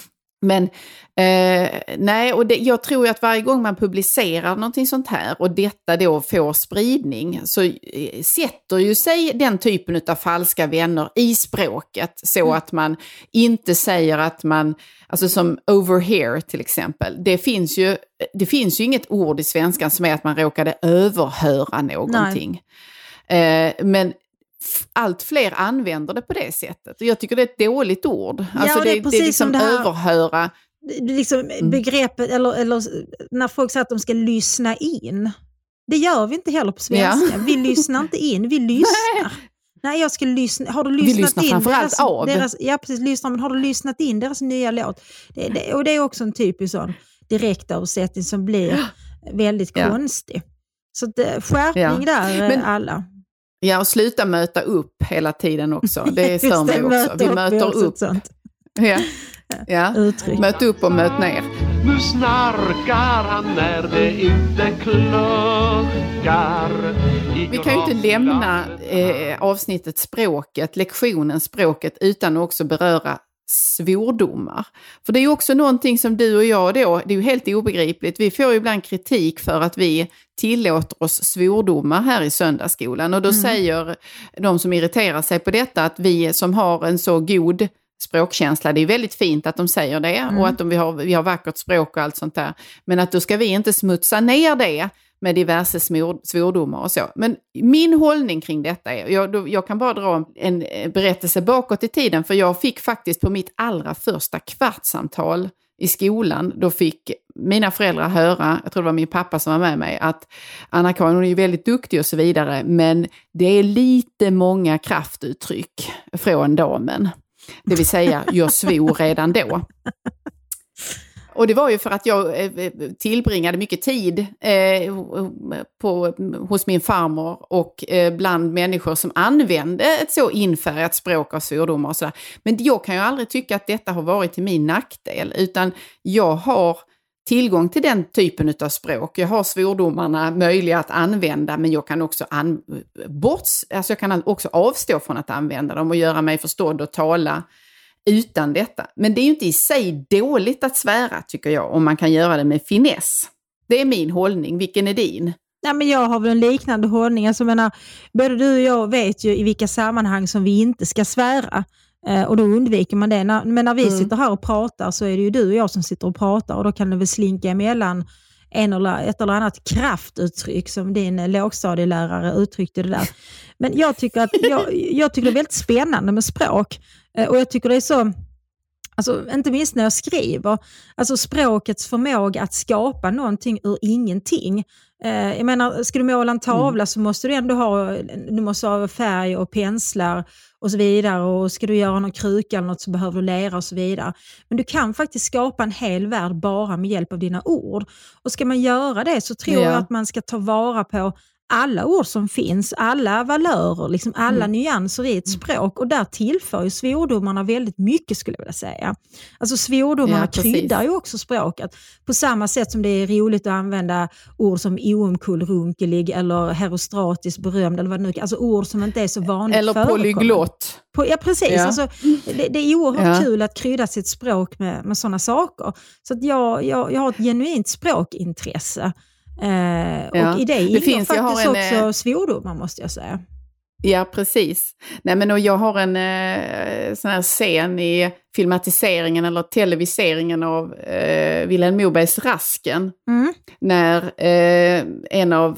Speaker 5: Men eh, nej, och det, jag tror ju att varje gång man publicerar någonting sånt här och detta då får spridning, så eh, sätter ju sig den typen av falska vänner i språket så mm. att man inte säger att man, alltså som over here till exempel, det finns ju, det finns ju inget ord i svenskan som är att man råkade överhöra någonting. Eh, men allt fler använder det på det sättet. Och jag tycker det är ett dåligt ord. Alltså ja, det, det, det är liksom det här, överhöra.
Speaker 6: Liksom mm. begreppet, eller, eller när folk säger att de ska lyssna in. Det gör vi inte heller på svenska. Ja. Vi lyssnar inte in, vi lyssnar. Nej, Nej jag ska lyssna. Har du lyssnat vi lyssnar in
Speaker 5: framförallt
Speaker 6: deras,
Speaker 5: av.
Speaker 6: Deras, ja, precis, lyssna, men har du lyssnat in deras nya låt? Det, det, och det är också en typisk sån direktöversättning som blir väldigt ja. konstig. Så det, skärpning ja. där men, alla.
Speaker 5: Ja, och sluta möta upp hela tiden också. Det stör mig också. Vi möter upp. Sånt. Ja, ja. Möt upp och möt ner.
Speaker 4: Nu snarkar han när det inte kluckar.
Speaker 5: Vi kan ju inte lämna eh, avsnittet språket, lektionen språket, utan att också beröra svordomar. För det är ju också någonting som du och jag då, det är ju helt obegripligt. Vi får ju ibland kritik för att vi tillåter oss svordomar här i söndagsskolan. Och då mm. säger de som irriterar sig på detta att vi som har en så god språkkänsla, det är väldigt fint att de säger det mm. och att de, vi, har, vi har vackert språk och allt sånt där. Men att då ska vi inte smutsa ner det med diverse svordomar och så. Men min hållning kring detta är, jag, jag kan bara dra en, en berättelse bakåt i tiden, för jag fick faktiskt på mitt allra första kvartssamtal i skolan, då fick mina föräldrar höra, jag tror det var min pappa som var med mig, att Anna-Karin, hon är ju väldigt duktig och så vidare, men det är lite många kraftuttryck från damen. Det vill säga, jag svor redan då. Och det var ju för att jag tillbringade mycket tid eh, på, hos min farmor och eh, bland människor som använde ett så infärgat språk av svordomar och sådär. Men jag kan ju aldrig tycka att detta har varit till min nackdel, utan jag har tillgång till den typen av språk. Jag har svordomarna möjliga att använda, men jag kan också, an- borts, alltså jag kan också avstå från att använda dem och göra mig förstådd och tala utan detta. Men det är ju inte i sig dåligt att svära, tycker jag, om man kan göra det med finess. Det är min hållning. Vilken är din?
Speaker 6: Ja, men jag har väl en liknande hållning. Alltså, menar, både du och jag vet ju i vilka sammanhang som vi inte ska svära. Eh, och då undviker man det. När, men när vi mm. sitter här och pratar så är det ju du och jag som sitter och pratar. Och då kan det väl slinka emellan en eller, ett eller annat kraftuttryck som din lågstadielärare uttryckte det där. Men jag tycker, att, jag, jag tycker det är väldigt spännande med språk. Och jag tycker det är så, alltså, inte minst när jag skriver, alltså språkets förmåga att skapa någonting ur ingenting. Eh, jag menar, ska du måla en tavla mm. så måste du ändå ha, du måste ha färg och penslar och så vidare. Och ska du göra någon kruka eller något så behöver du lera och så vidare. Men du kan faktiskt skapa en hel värld bara med hjälp av dina ord. Och ska man göra det så tror ja. jag att man ska ta vara på alla ord som finns, alla valörer, liksom alla
Speaker 5: Mm.
Speaker 6: nyanser i ett språk, och där tillför ju svordomarna väldigt mycket, skulle jag vilja säga. Alltså svordomarna
Speaker 5: Ja, precis.
Speaker 6: kryddar ju också språket. På samma sätt som det är roligt att använda ord som oomkullrunkelig eller herostratiskt berömd eller vad det nu är. Alltså ord som inte är så vanligt
Speaker 5: Eller
Speaker 6: förekommande.
Speaker 5: polyglott.
Speaker 6: På, ja, precis.
Speaker 5: Ja.
Speaker 6: Alltså, det, det är oerhört
Speaker 5: Ja.
Speaker 6: kul att krydda sitt språk med, med sådana saker. Så att jag, jag, jag har ett genuint språkintresse. Eh,
Speaker 5: Ja.
Speaker 6: Och i det,
Speaker 5: Det
Speaker 6: ingår
Speaker 5: finns- jag har
Speaker 6: faktiskt
Speaker 5: en,
Speaker 6: också
Speaker 5: eh,
Speaker 6: svordomar, måste jag säga.
Speaker 5: Ja, precis. Nej, men och jag har en eh, sån här scen i filmatiseringen eller televiseringen av eh, Vilhelm Mobergs Rasken.
Speaker 6: Mm.
Speaker 5: När eh, en av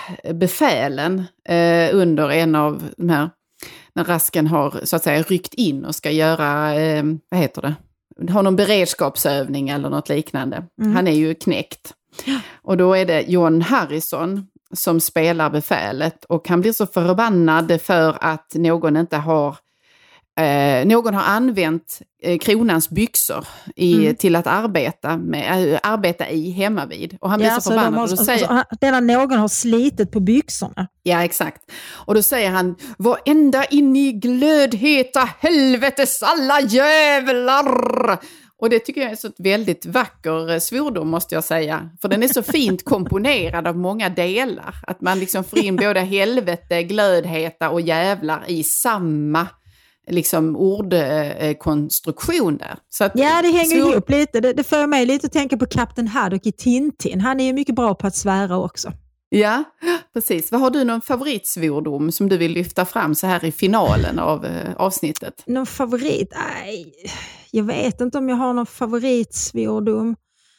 Speaker 5: befälen eh, under en av de här, när Rasken har så att säga ryckt in och ska göra, eh, vad heter det? Har någon beredskapsövning eller något liknande.
Speaker 6: Mm.
Speaker 5: Han är ju knäckt. Och då är det John Harrison som spelar befälet, och han blir så förbannad för att någon inte har eh, någon har använt eh, kronans byxor i,
Speaker 6: Mm.
Speaker 5: till att arbeta med, äh, arbeta i hemma vid. Och han blir så
Speaker 6: så
Speaker 5: förbannad.
Speaker 6: de har,
Speaker 5: och då
Speaker 6: alltså,
Speaker 5: säger,
Speaker 6: alltså, denna någon har slitit på byxorna.
Speaker 5: ja, exakt. Och då säger han, vad ända in i glödheta helvetes alla jävlar! Och det tycker jag är så ett väldigt vacker svordom, måste jag säga. För den är så fint komponerad av många delar. Att man liksom får in både helvete, glödheta och jävlar i samma liksom ordkonstruktion där. Så att,
Speaker 6: Ja, det hänger
Speaker 5: svor-
Speaker 6: ihop lite. Det, det för mig lite att tänka på Kapten Haddock i Tintin. Han är ju mycket bra på att svära också.
Speaker 5: Ja, precis. Vad har du någon favoritsvordom som du vill lyfta fram så här i finalen av eh, avsnittet?
Speaker 6: Någon favorit? Nej, jag vet inte om jag har någon favoritsvordom.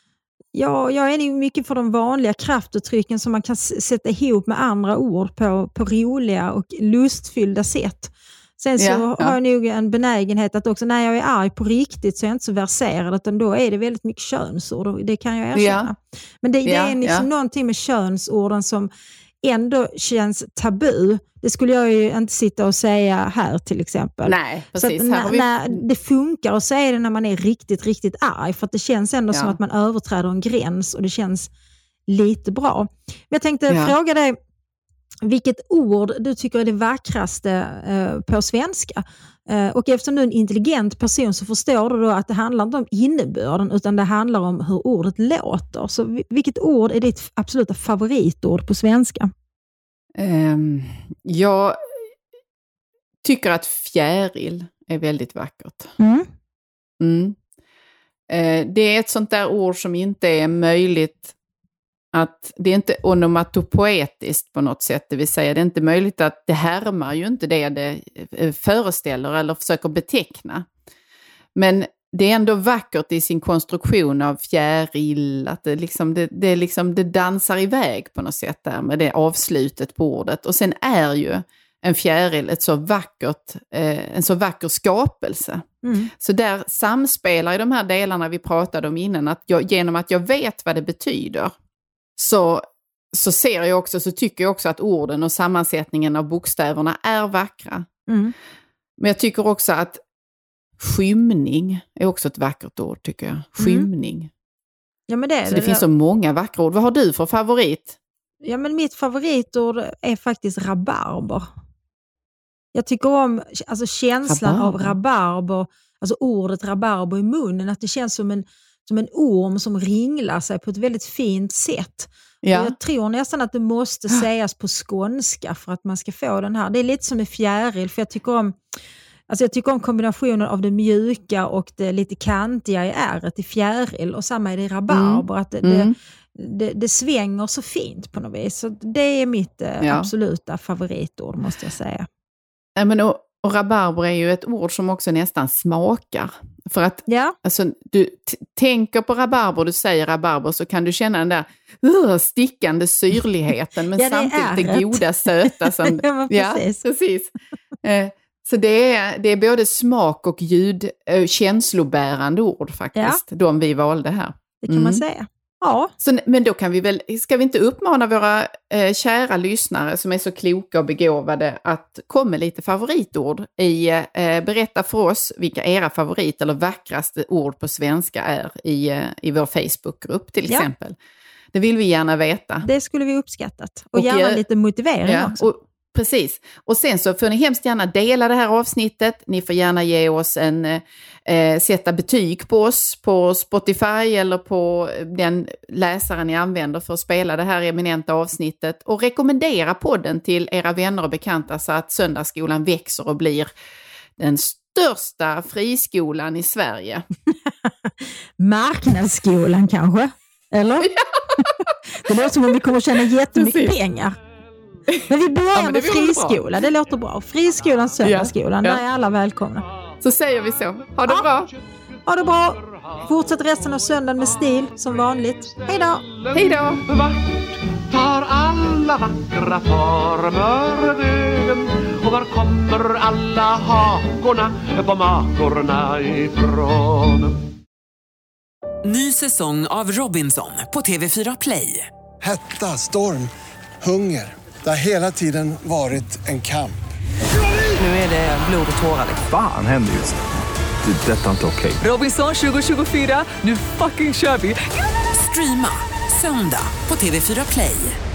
Speaker 6: Ja, jag är nog mycket för de vanliga kraftuttrycken som man kan s- sätta ihop med andra ord på, på roliga och lustfyllda sätt. Sen så
Speaker 5: Ja, ja.
Speaker 6: har jag nog en benägenhet att också när jag är arg på riktigt så är jag inte så verserad, utan då är det väldigt mycket könsord, och det kan jag erkänna. Men det, det
Speaker 5: Ja,
Speaker 6: är liksom
Speaker 5: ja.
Speaker 6: någonting med könsorden som ändå känns tabu. Det skulle jag ju inte sitta och säga här till exempel.
Speaker 5: Nej,
Speaker 6: Så att
Speaker 5: precis. Här har
Speaker 6: när,
Speaker 5: vi...
Speaker 6: när det funkar att säga det när man är riktigt, riktigt arg, för att det känns ändå
Speaker 5: Ja.
Speaker 6: som att man överträder en gräns och det känns lite bra. Men jag tänkte
Speaker 5: Ja.
Speaker 6: fråga dig, vilket ord du tycker är det vackraste eh, på svenska? Eh, och eftersom du är en intelligent person så förstår du då att det handlar inte om innebörden, utan det handlar om hur ordet låter. Så vi- vilket ord är ditt absoluta favoritord på svenska?
Speaker 5: Ehm, jag tycker att fjäril är väldigt vackert.
Speaker 6: Mm.
Speaker 5: Mm. Eh, det är ett sånt där ord som inte är möjligt att, det är inte onomatopoetiskt på något sätt, det vill säga det är inte möjligt att, det härmar ju inte det det eh, föreställer eller försöker beteckna. Men det är ändå vackert i sin konstruktion av fjäril, att det liksom, det, det liksom, det dansar iväg på något sätt där med det avslutet på ordet. Och sen är ju en fjäril ett så vackert, eh, en så vacker skapelse.
Speaker 6: Mm.
Speaker 5: Så där samspelar i de här delarna vi pratade om innan, att jag, genom att jag vet vad det betyder, så, så ser jag också, så tycker jag också att orden och sammansättningen av bokstäverna är vackra.
Speaker 6: Mm.
Speaker 5: Men jag tycker också att skymning är också ett vackert ord, tycker jag. Skymning.
Speaker 6: Ja, men det, är
Speaker 5: Så det finns så många vackra ord. Vad har du för favorit?
Speaker 6: Ja, men mitt favoritord är faktiskt rabarber. Jag tycker om alltså, känslan
Speaker 5: Rabarber.
Speaker 6: av rabarber, alltså ordet rabarber i munnen, att det känns som en, som en orm som ringlar sig på ett väldigt fint sätt.
Speaker 5: Ja.
Speaker 6: Och jag tror nästan att det måste sägas på skånska för att man ska få den här. Det är lite som med fjäril, för jag tycker om Alltså jag tycker om kombinationen av det mjuka och det lite kantiga i ärret i fjäril, och samma är det i rabarber.
Speaker 5: Mm.
Speaker 6: Att det,
Speaker 5: Mm.
Speaker 6: det, det, det svänger så fint på något vis. Så det är mitt eh,
Speaker 5: Ja.
Speaker 6: absoluta favoritord, måste jag säga.
Speaker 5: Ja, men och, och rabarber är ju ett ord som också nästan smakar. För att
Speaker 6: Ja,
Speaker 5: alltså, du t- tänker på rabarber, du säger rabarber, så kan du känna den där uh, stickande syrligheten, men
Speaker 6: Ja, det är
Speaker 5: samtidigt det
Speaker 6: ärret.
Speaker 5: goda söta. Som,
Speaker 6: Ja, men precis.
Speaker 5: Ja, precis. Eh, så det är, det är både smak och ljud, eh, känslobärande ord faktiskt, de vi valde här.
Speaker 6: det kan
Speaker 5: Mm.
Speaker 6: man säga. Ja,
Speaker 5: Så, men då kan vi väl, ska vi inte uppmana våra eh, kära lyssnare som är så kloka och begåvade att komma med lite favoritord i, eh, berätta för oss vilka era favorit eller vackraste ord på svenska är i, eh, i vår Facebookgrupp till
Speaker 6: Ja.
Speaker 5: exempel. Det vill vi gärna veta.
Speaker 6: Det skulle vi uppskattat. Och,
Speaker 5: och
Speaker 6: gärna
Speaker 5: jag,
Speaker 6: lite motivering
Speaker 5: ja,
Speaker 6: också.
Speaker 5: Och, precis. Och sen så får ni hemskt gärna dela det här avsnittet. Ni får gärna ge oss en, eh, sätta betyg på oss på Spotify eller på den läsaren ni använder för att spela det här eminenta avsnittet. Och rekommendera podden till era vänner och bekanta så att Söndagsskolan växer och blir den största friskolan i Sverige.
Speaker 6: Marknadsskolan kanske? Eller? Det låter som om vi kommer att tjäna jättemycket
Speaker 5: Precis.
Speaker 6: pengar. Men vi börjar ja, men med friskola, det låter bra. Friskolan, Söndagsskolan, ja. Där är alla välkomna.
Speaker 5: Så säger vi så. Ha det ja. bra.
Speaker 6: Ha det bra. Fortsätt resten av söndagen med stil, som vanligt. Hej då!
Speaker 5: Hej då!
Speaker 4: Vart tar alla vackra former vägen? Och var kommer alla hakorna på makorna ifrån?
Speaker 1: Ny säsong av Robinson på T V fyra Play.
Speaker 2: Hetta, storm, hunger. Det har hela tiden varit en kamp.
Speaker 1: Nu är det blod och tårar.
Speaker 3: Fan händer just det. Det är detta inte okej.
Speaker 1: Robinson tjugo tjugofyra, nu fucking kör vi. Streama söndag på T V fyra Play.